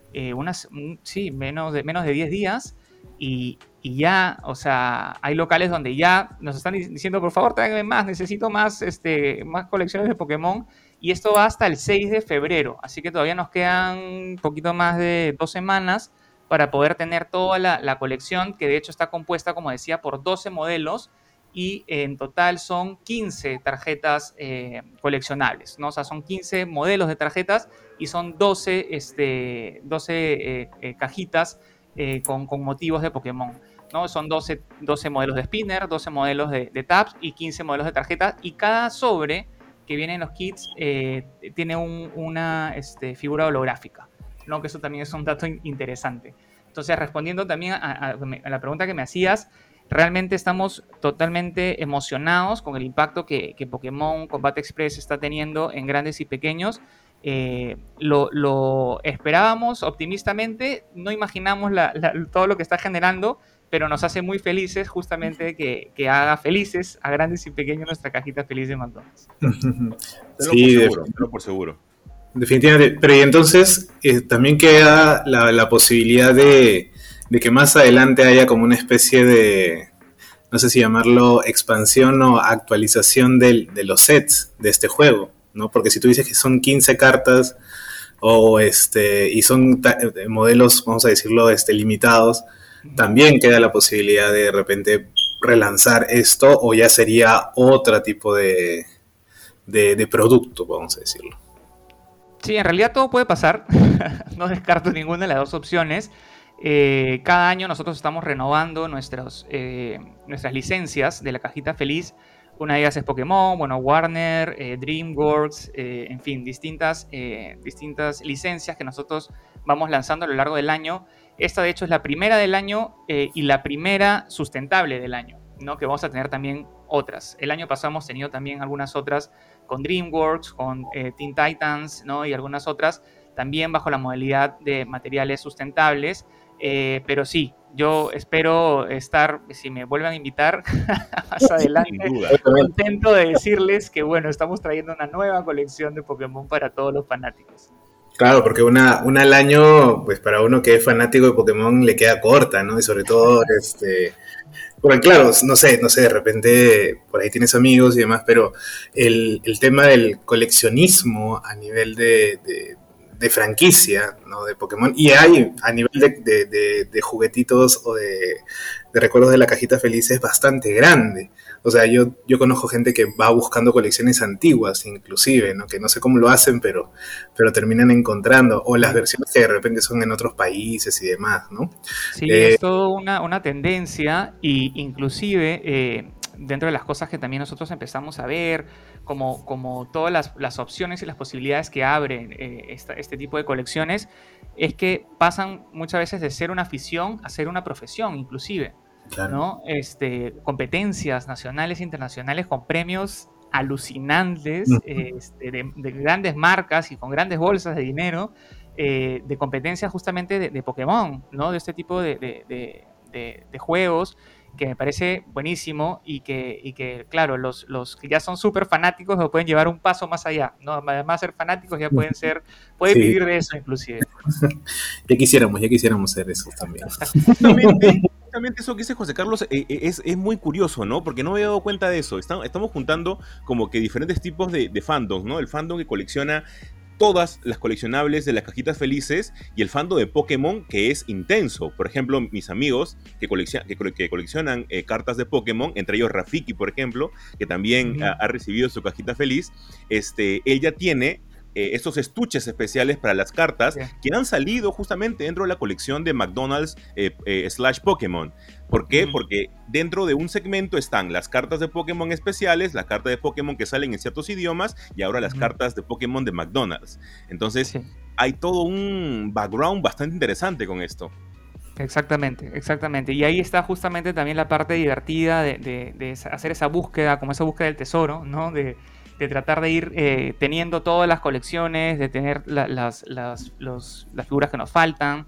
menos de 10 días y ya, o sea, hay locales donde ya nos están diciendo, por favor, tráiganme más, necesito más colecciones de Pokémon. Y esto va hasta el 6 de febrero, así que todavía nos quedan un poquito más de 2 semanas para poder tener toda la colección, que de hecho está compuesta, como decía, por 12 modelos y en total son 15 tarjetas coleccionables, ¿no? O sea, son 15 modelos de tarjetas y son 12 cajitas con motivos de Pokémon, ¿no? Son 12 modelos de spinner, 12 modelos de tabs y 15 modelos de tarjetas, y cada sobre que viene en los kits tiene una figura holográfica, ¿no? Que eso también es un dato interesante. Entonces, respondiendo también a la pregunta que me hacías, realmente estamos totalmente emocionados con el impacto que Pokémon Combat Express está teniendo en grandes y pequeños. Lo esperábamos optimistamente, no imaginamos todo lo que está generando, pero nos hace muy felices justamente que haga felices a grandes y pequeños nuestra cajita feliz de McDonald's. Sí, Tenlo por seguro. Definitivamente. Pero y entonces también queda la posibilidad de que más adelante haya como una especie de, no sé si llamarlo expansión o actualización de los sets de este juego, ¿no? Porque si tú dices que son 15 cartas y son modelos, vamos a decirlo, limitados, también queda la posibilidad de repente relanzar esto, o ya sería otro tipo de producto, vamos a decirlo. Sí, en realidad todo puede pasar. No descarto ninguna de las dos opciones. Cada año nosotros estamos renovando nuestras licencias de la cajita feliz. Una de ellas es Pokémon, bueno, Warner, DreamWorks, en fin, distintas licencias que nosotros vamos lanzando a lo largo del año. Esta, de hecho, es la primera del año y la primera sustentable del año, ¿no? Que vamos a tener también otras. El año pasado hemos tenido también algunas otras con DreamWorks, con Teen Titans, ¿no? Y algunas otras también bajo la modalidad de materiales sustentables. Pero sí, yo espero estar, si me vuelven a invitar más adelante, Sin duda. contento de decirles que, bueno, estamos trayendo una nueva colección de Pokémon para todos los fanáticos. Claro, porque una al año, pues para uno que es fanático de Pokémon le queda corta, ¿no? Y sobre todo, porque claro, no sé, de repente por ahí tienes amigos y demás, pero el tema del coleccionismo a nivel de franquicia, ¿no? De Pokémon, y hay a nivel de juguetitos o de recuerdos de la cajita feliz es bastante grande. O sea, yo conozco gente que va buscando colecciones antiguas, inclusive, ¿no? Que no sé cómo lo hacen, pero terminan encontrando, o las versiones que de repente son en otros países y demás, ¿no? Sí, es toda una tendencia, y inclusive dentro de las cosas que también nosotros empezamos a ver, como todas las opciones y las posibilidades que abren este tipo de colecciones, es que pasan muchas veces de ser una afición a ser una profesión, inclusive. Claro. ¿No? Competencias nacionales e internacionales con premios alucinantes, de grandes marcas y con grandes bolsas de dinero, de competencias justamente de Pokémon, ¿no? De este tipo de juegos, que me parece buenísimo, y que claro, los que ya son súper fanáticos lo pueden llevar un paso más allá, ¿no? Además de ser fanáticos, ya pueden Sí. vivir de eso inclusive. Ya quisiéramos ser eso también. Justamente eso que dice José Carlos es muy curioso, ¿no? Porque no me he dado cuenta de eso. Estamos juntando como que diferentes tipos de fandoms, ¿no? El fandom que colecciona todas las coleccionables de las cajitas felices, y el fandom de Pokémon, que es intenso. Por ejemplo, mis amigos que coleccionan cartas de Pokémon, entre ellos Rafiki, por ejemplo, que también ha recibido su cajita feliz, él ya tiene estos estuches especiales para las cartas, que han salido justamente dentro de la colección de McDonald's / Pokémon. ¿Por qué? Porque dentro de un segmento están las cartas de Pokémon especiales, las cartas de Pokémon que salen en ciertos idiomas, y ahora las cartas de Pokémon de McDonald's. Entonces, hay todo un background bastante interesante con esto. Exactamente. Y ahí está justamente también la parte divertida de hacer esa búsqueda, como esa búsqueda del tesoro, ¿no? De tratar de ir teniendo todas las colecciones, de tener las figuras que nos faltan,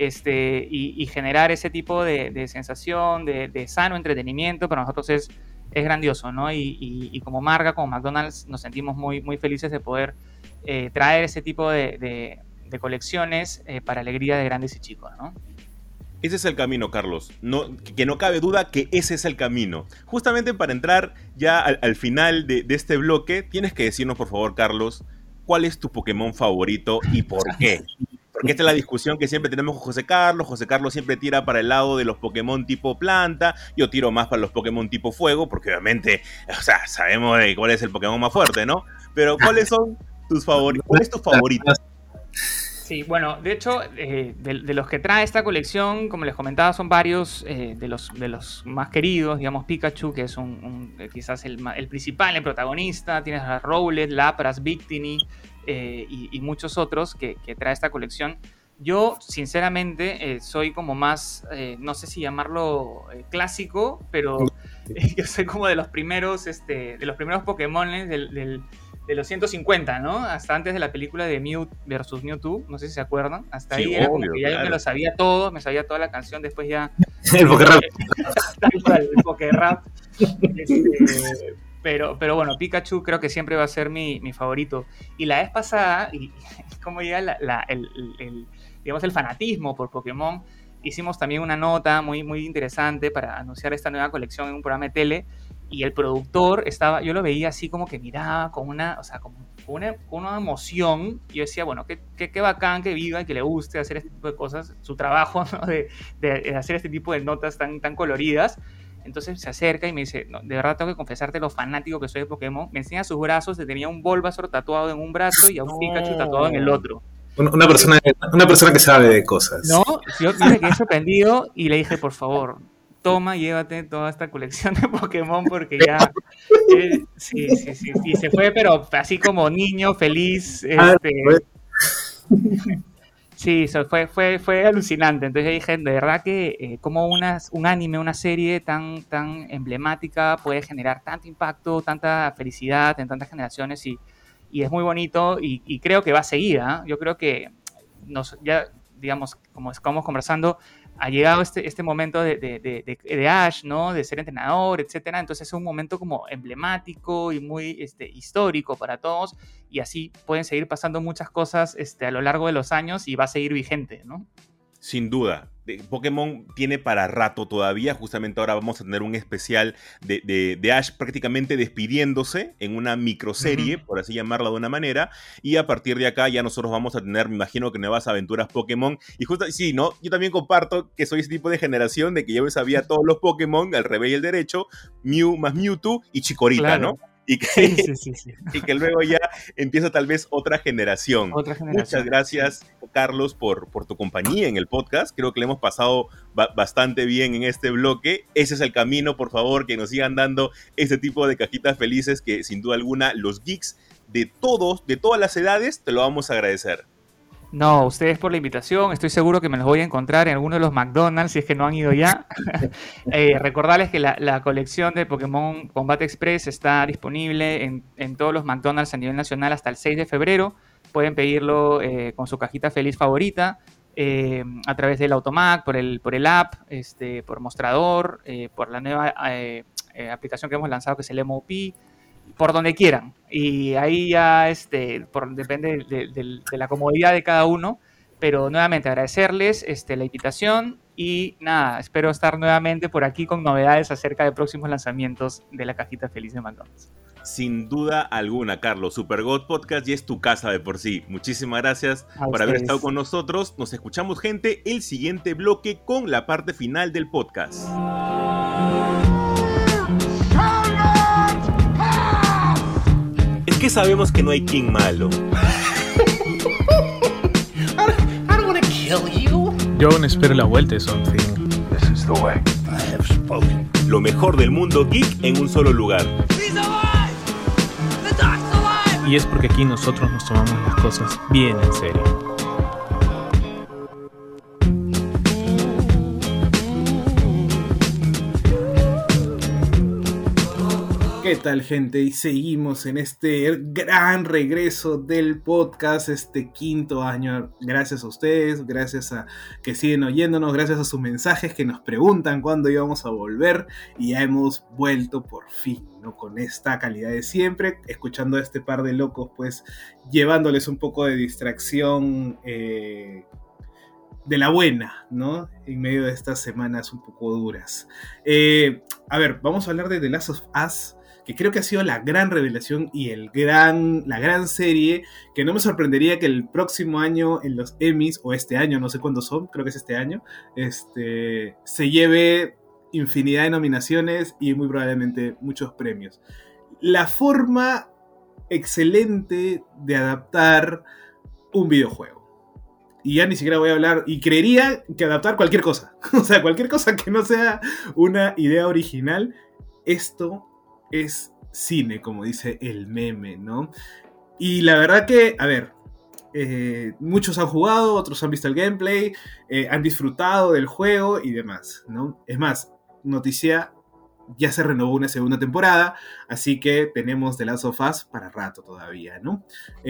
y generar ese tipo de sensación, de sano entretenimiento. Para nosotros es grandioso, ¿no? Y como marca, como McDonald's, nos sentimos muy, muy felices de poder traer ese tipo de colecciones para alegría de grandes y chicos, ¿no? Ese es el camino, Carlos. Que no cabe duda que ese es el camino. Justamente para entrar ya al final de este bloque, tienes que decirnos, por favor, Carlos, ¿cuál es tu Pokémon favorito y por qué? Porque esta es la discusión que siempre tenemos con José Carlos. José Carlos siempre tira para el lado de los Pokémon tipo planta. Yo tiro más para los Pokémon tipo fuego, porque obviamente, o sea, sabemos de cuál es el Pokémon más fuerte, ¿no? Pero ¿cuáles son tus favoritos? ¿Cuál es tu favorito? Sí, bueno, de hecho, de los que trae esta colección, como les comentaba, son varios de los más queridos. Digamos, Pikachu, que es quizás el principal, el protagonista. Tienes a Rowlet, Lapras, Victini, y muchos otros que trae esta colección. Yo, sinceramente, soy como más, no sé si llamarlo clásico, pero yo soy como de los primeros Pokémones de los 150, ¿no? Hasta antes de la película de Mew versus Mewtwo, no sé si se acuerdan. Hasta Sí, ahí era obvio, como que ya claro. yo me lo sabía todo, me sabía toda la canción, después ya... El Pokérap. Tal cual, el Pokérap. Pero bueno, Pikachu creo que siempre va a ser mi favorito. Y la vez pasada, y cómo llega digamos, el fanatismo por Pokémon, hicimos también una nota muy, muy interesante para anunciar esta nueva colección en un programa de tele. Y el productor yo lo veía así como que miraba con una emoción. Y yo decía, bueno, qué bacán que viva y que le guste hacer este tipo de cosas, su trabajo, ¿no? de hacer este tipo de notas tan coloridas. Entonces se acerca y me dice, no, de verdad tengo que confesarte lo fanático que soy de Pokémon. Me enseña sus brazos, tenía un Bulbasaur tatuado en un brazo y a un Pikachu tatuado en el otro. Una persona que sabe de cosas. No, yo me quedé sorprendido y le dije, por favor, toma, llévate toda esta colección de Pokémon porque ya... sí, y se fue, pero así como niño, feliz. Pues. Sí, fue alucinante. Entonces yo dije, de verdad que como un anime, una serie tan emblemática puede generar tanto impacto, tanta felicidad en tantas generaciones y es muy bonito y creo que va a seguir, ¿eh? Yo creo que ya, digamos, como estamos conversando, ha llegado este momento de Ash, ¿no? De ser entrenador, etcétera. Entonces es un momento como emblemático y muy histórico para todos y así pueden seguir pasando muchas cosas a lo largo de los años y va a seguir vigente, ¿no? Sin duda. Pokémon tiene para rato todavía. Justamente ahora vamos a tener un especial de Ash prácticamente despidiéndose en una microserie, por así llamarla de una manera. Y a partir de acá ya nosotros vamos a tener, me imagino, que nuevas aventuras Pokémon. Y justo, sí, ¿no? Yo también comparto que soy ese tipo de generación de que yo me sabía todos los Pokémon, al revés y el derecho, Mew más Mewtwo y Chikorita, Claro. ¿no? Y que, Sí. y que luego ya empieza tal vez otra generación. Muchas gracias, Carlos, por tu compañía en el podcast. Creo que le hemos pasado bastante bien en este bloque. Ese es el camino, por favor, que nos sigan dando este tipo de cajitas felices que sin duda alguna los geeks de todas las edades, te lo vamos a agradecer. No, ustedes por la invitación. Estoy seguro que me los voy a encontrar en alguno de los McDonald's si es que no han ido ya. Recordarles que la colección de Pokémon Combate Express está disponible en todos los McDonald's a nivel nacional hasta el 6 de febrero. Pueden pedirlo con su cajita feliz favorita a través del Automac, por el app, por mostrador, por la nueva aplicación que hemos lanzado que es el MOP. Por donde quieran, y ahí ya depende de la comodidad de cada uno, pero nuevamente agradecerles la invitación y nada, espero estar nuevamente por aquí con novedades acerca de próximos lanzamientos de la cajita feliz de McDonald's. Sin duda alguna, Carlos, Super God Podcast ya es tu casa de por sí. Muchísimas gracias por haber estado con nosotros. Nos escuchamos, gente, el siguiente bloque con la parte final del podcast. Que sabemos que no hay king malo. Yo aún espero la vuelta de Something. Lo mejor del mundo geek en un solo lugar. Y es porque aquí nosotros nos tomamos las cosas bien en serio. ¿Qué tal, gente? Y seguimos en este gran regreso del podcast, este quinto año. Gracias a ustedes, gracias a que siguen oyéndonos, gracias a sus mensajes que nos preguntan cuándo íbamos a volver. Y ya hemos vuelto por fin, ¿no? Con esta calidad de siempre, escuchando a este par de locos, pues llevándoles un poco de distracción de la buena, ¿no? En medio de estas semanas un poco duras. A ver, vamos a hablar de The Last of Us, que creo que ha sido la gran revelación y la gran serie, que no me sorprendería que el próximo año en los Emmys, o este año, no sé cuándo son, creo que es este año, se lleve infinidad de nominaciones y muy probablemente muchos premios. La forma excelente de adaptar un videojuego. Y ya ni siquiera voy a hablar, y creería que adaptar cualquier cosa, o sea, cualquier cosa que no sea una idea original. Esto es cine, como dice el meme, ¿no? Y la verdad que, a ver, muchos han jugado, otros han visto el gameplay, han disfrutado del juego y demás, ¿no? Es más, noticia, ya se renovó una segunda temporada, así que tenemos The Last of Us para rato todavía, ¿no?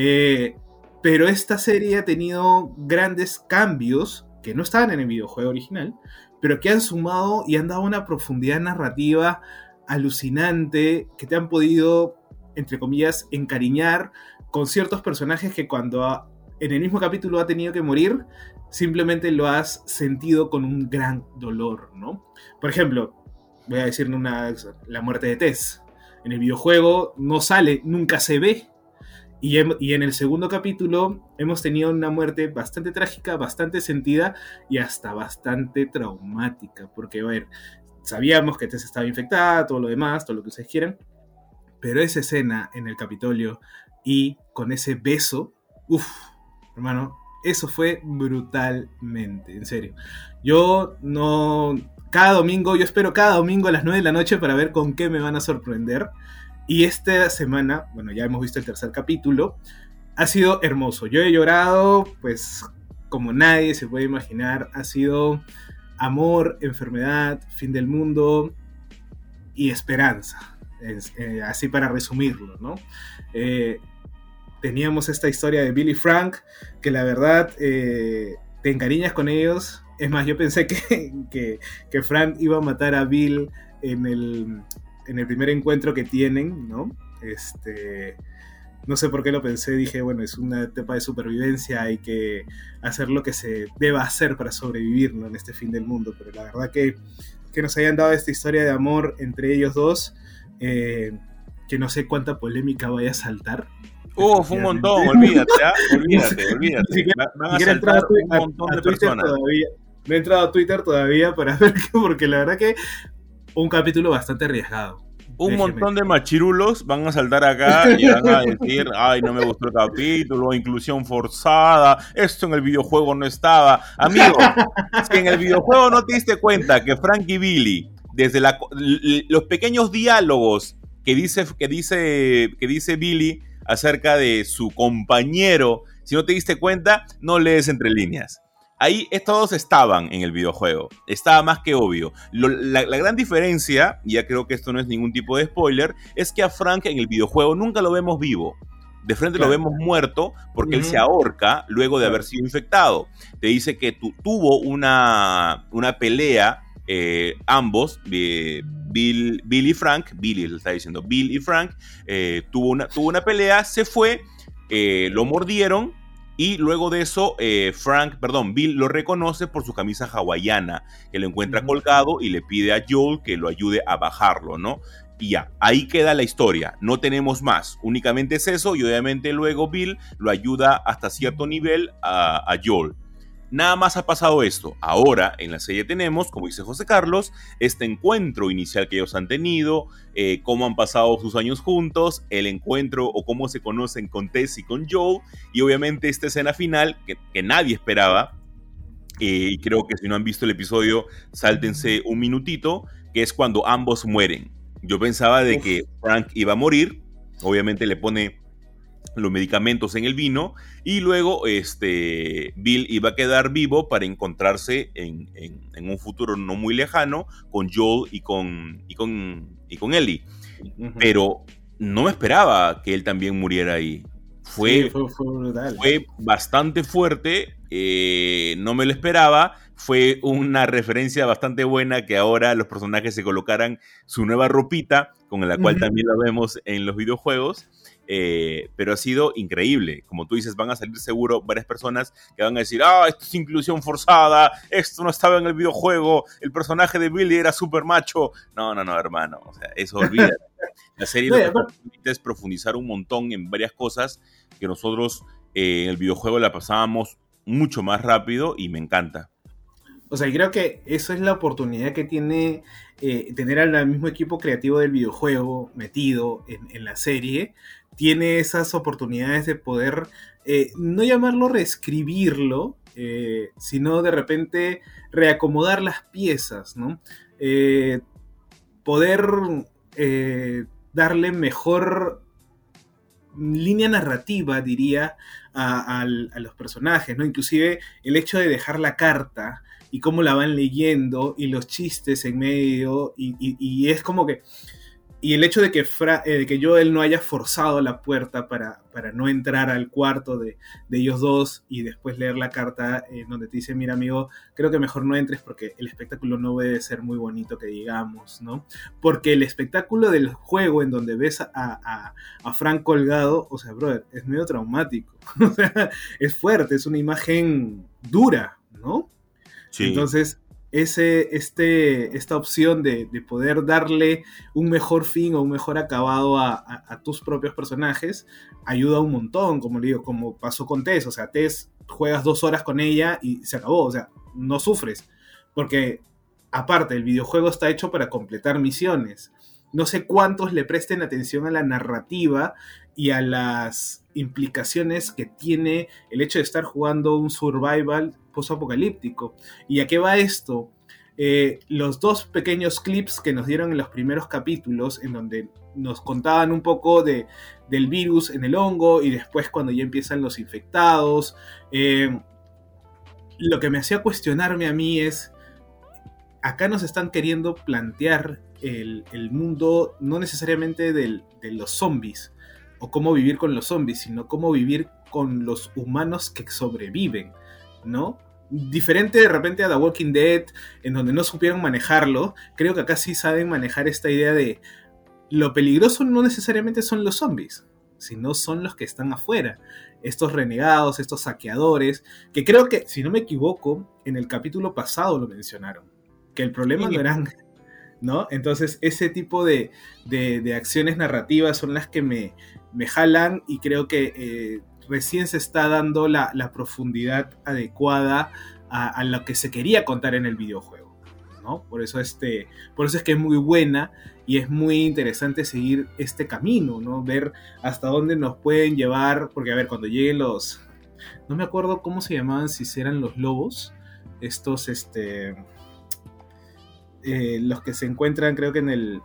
Pero esta serie ha tenido grandes cambios que no estaban en el videojuego original, pero que han sumado y han dado una profundidad narrativa alucinante, que te han podido, entre comillas, encariñar con ciertos personajes que cuando en el mismo capítulo ha tenido que morir, simplemente lo has sentido con un gran dolor, ¿no? Por ejemplo, voy a decir la muerte de Tess. En el videojuego no sale, nunca se ve. Y en el segundo capítulo hemos tenido una muerte bastante trágica, bastante sentida y hasta bastante traumática. Porque, a ver, sabíamos que Tess estaba infectada, todo lo demás, todo lo que ustedes quieran. Pero esa escena en el Capitolio y con ese beso, hermano, eso fue brutalmente, en serio. Yo no... yo espero cada domingo a las 9 de la noche para ver con qué me van a sorprender. Y esta semana, bueno, ya hemos visto el tercer capítulo, ha sido hermoso. Yo he llorado, pues, como nadie se puede imaginar. Ha sido amor, enfermedad, fin del mundo y esperanza. Así para resumirlo, ¿no? Teníamos esta historia de Bill y Frank, que la verdad te encariñas con ellos. Es más, yo pensé que Frank iba a matar a Bill en el primer encuentro que tienen, ¿no? No sé por qué lo pensé, dije, bueno, es una etapa de supervivencia, hay que hacer lo que se deba hacer para sobrevivir, ¿no? En este fin del mundo. Pero la verdad que nos hayan dado esta historia de amor entre ellos dos, que no sé cuánta polémica vaya a saltar. Fue un montón, olvídate. Van a saltar un montón de personas. No he entrado a Twitter todavía para ver porque la verdad que un capítulo bastante arriesgado. Un montón de machirulos van a saltar acá y van a decir, ay, no me gustó el capítulo, inclusión forzada, esto en el videojuego no estaba. Amigo, si en el videojuego no te diste cuenta que Frank y Billy, desde los pequeños diálogos que dice Billy acerca de su compañero, si no te diste cuenta, no lees entre líneas. Ahí todos estaban en el videojuego. Estaba más que obvio. La gran diferencia, y ya creo que esto no es ningún tipo de spoiler, es que a Frank en el videojuego nunca lo vemos vivo. De frente lo vemos muerto porque él se ahorca luego de haber sido infectado. Te dice que tuvo una pelea, ambos, Bill y Frank, Billy le está diciendo, Bill y Frank, tuvo una pelea, se fue, lo mordieron. Y luego de eso, Bill lo reconoce por su camisa hawaiana, que lo encuentra colgado y le pide a Joel que lo ayude a bajarlo, ¿no? Y ya, ahí queda la historia, no tenemos más, únicamente es eso, y obviamente luego Bill lo ayuda hasta cierto nivel a Joel. Nada más ha pasado esto. Ahora en la serie tenemos, como dice José Carlos, este encuentro inicial que ellos han tenido, cómo han pasado sus años juntos, el encuentro o cómo se conocen con Tess y con Joel, y obviamente esta escena final que nadie esperaba, y creo que si no han visto el episodio, sáltense un minutito, que es cuando ambos mueren. Yo pensaba de que Frank iba a morir, obviamente le pone los medicamentos en el vino y luego Bill iba a quedar vivo para encontrarse en un futuro no muy lejano con Joel y con Ellie. Pero no me esperaba que él también muriera ahí. Fue brutal. Fue bastante fuerte, no me lo esperaba. Fue una referencia bastante buena que ahora los personajes se colocaran su nueva ropita, con la cual también la vemos en los videojuegos. Pero ha sido increíble. Como tú dices, van a salir seguro varias personas que van a decir, esto es inclusión forzada, esto no estaba en el videojuego, el personaje de Billy era súper macho. No, hermano, o sea, eso olvídate. La serie lo que permite es profundizar un montón en varias cosas que nosotros en el videojuego la pasábamos mucho más rápido y me encanta. O sea, creo que eso es la oportunidad que tiene tener al mismo equipo creativo del videojuego metido en la serie. Tiene esas oportunidades de poder, no llamarlo reescribirlo, sino de repente reacomodar las piezas, ¿no? Poder darle mejor línea narrativa, diría, a los personajes, ¿no? Inclusive el hecho de dejar la carta y cómo la van leyendo y los chistes en medio y es como que... Y el hecho de que Joel no haya forzado la puerta para no entrar al cuarto de ellos dos y después leer la carta donde te dice, mira amigo, creo que mejor no entres porque el espectáculo no debe ser muy bonito que digamos, ¿no? Porque el espectáculo del juego en donde ves a Frank colgado, o sea, brother, es medio traumático. O sea, es fuerte, es una imagen dura, ¿no? Sí. Entonces... esta opción de poder darle un mejor fin o un mejor acabado a tus propios personajes ayuda un montón, como le digo, como pasó con Tess. O sea, Tess juegas 2 horas con ella y se acabó, o sea, no sufres, porque aparte el videojuego está hecho para completar misiones no sé cuántos le presten atención a la narrativa y a las implicaciones que tiene el hecho de estar jugando un survival post-apocalíptico. ¿Y a qué va esto? Los 2 pequeños clips que nos dieron en los primeros capítulos, en donde nos contaban un poco del virus en el hongo y después cuando ya empiezan los infectados, lo que me hacía cuestionarme a mí es, acá nos están queriendo plantear el mundo no necesariamente de los zombies o cómo vivir con los zombies, sino cómo vivir con los humanos que sobreviven, ¿no? Diferente de repente a The Walking Dead, en donde no supieron manejarlo. Creo que acá sí saben manejar esta idea de lo peligroso no necesariamente son los zombies, sino son los que están afuera, estos renegados, estos saqueadores, que creo que, si no me equivoco, en el capítulo pasado lo mencionaron, que el problema no eran, ¿no? Entonces ese tipo de acciones narrativas son las que me jalan, y creo que recién se está dando la profundidad adecuada a lo que se quería contar en el videojuego, ¿no? Por eso es que es muy buena y es muy interesante seguir este camino, ¿no? Ver hasta dónde nos pueden llevar, porque a ver, cuando lleguen los... No me acuerdo cómo se llamaban, si eran los lobos, estos, los que se encuentran creo que en el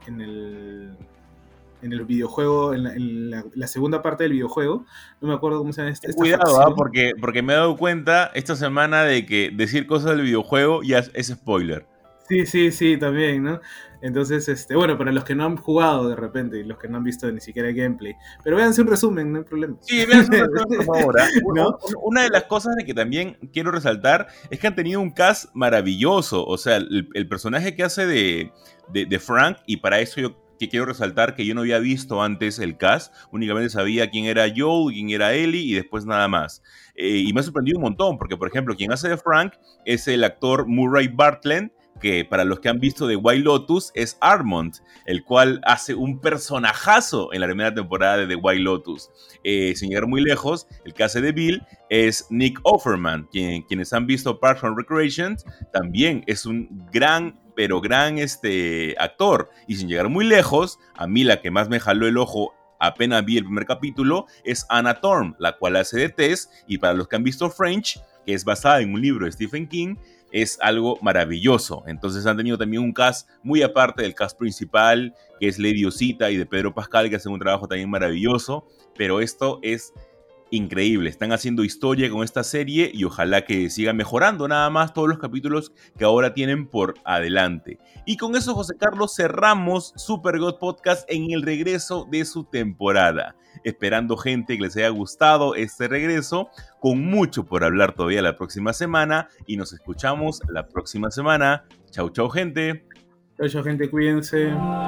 videojuego, en la segunda parte del videojuego, no me acuerdo cómo se llama esta Cuidado, porque me he dado cuenta esta semana de que decir cosas del videojuego ya es spoiler. Sí, también, ¿no? Entonces, bueno, para los que no han jugado de repente y los que no han visto ni siquiera el gameplay, pero véanse un resumen, no hay problema. Sí, véanse un resumen, por favor. ¿No? Una de las cosas de que también quiero resaltar es que han tenido un cast maravilloso. O sea, el personaje que hace de Frank, y para eso yo quiero resaltar que yo no había visto antes el cast, únicamente sabía quién era Joel, quién era Ellie y después nada más. Y me ha sorprendido un montón, porque por ejemplo, quien hace de Frank es el actor Murray Bartlett, que para los que han visto de White Lotus es Armond, el cual hace un personajazo en la primera temporada de The White Lotus. Sin llegar muy lejos, el que hace de Bill es Nick Offerman, quienes han visto Parks and Recreation, también es un gran actor. Y sin llegar muy lejos, a mí la que más me jaló el ojo apenas vi el primer capítulo es Anna Thorne, la cual hace de Tess, y para los que han visto French, que es basada en un libro de Stephen King, es algo maravilloso. Entonces han tenido también un cast muy aparte del cast principal, que es Lady Osita y de Pedro Pascal, que hacen un trabajo también maravilloso, pero esto es increíble. Están haciendo historia con esta serie y ojalá que sigan mejorando nada más todos los capítulos que ahora tienen por adelante. Y con eso, José Carlos, cerramos Super God Podcast en el regreso de su temporada. Esperando, gente, que les haya gustado este regreso, con mucho por hablar todavía la próxima semana, y nos escuchamos la próxima semana. Chau, chau, gente. Chau, gente, cuídense.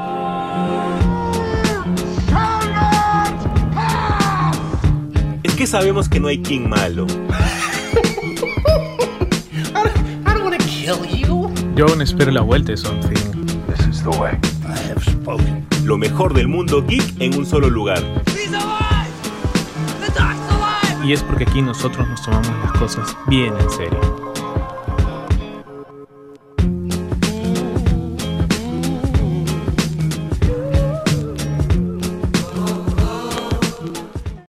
Es que sabemos que no hay King malo. I don't want to kill you. Yo aún espero la vuelta de Something. This is the way. I have spoken. Lo mejor del mundo geek en un solo lugar. He's alive. The doc's alive. Y es porque aquí nosotros nos tomamos las cosas bien en serio.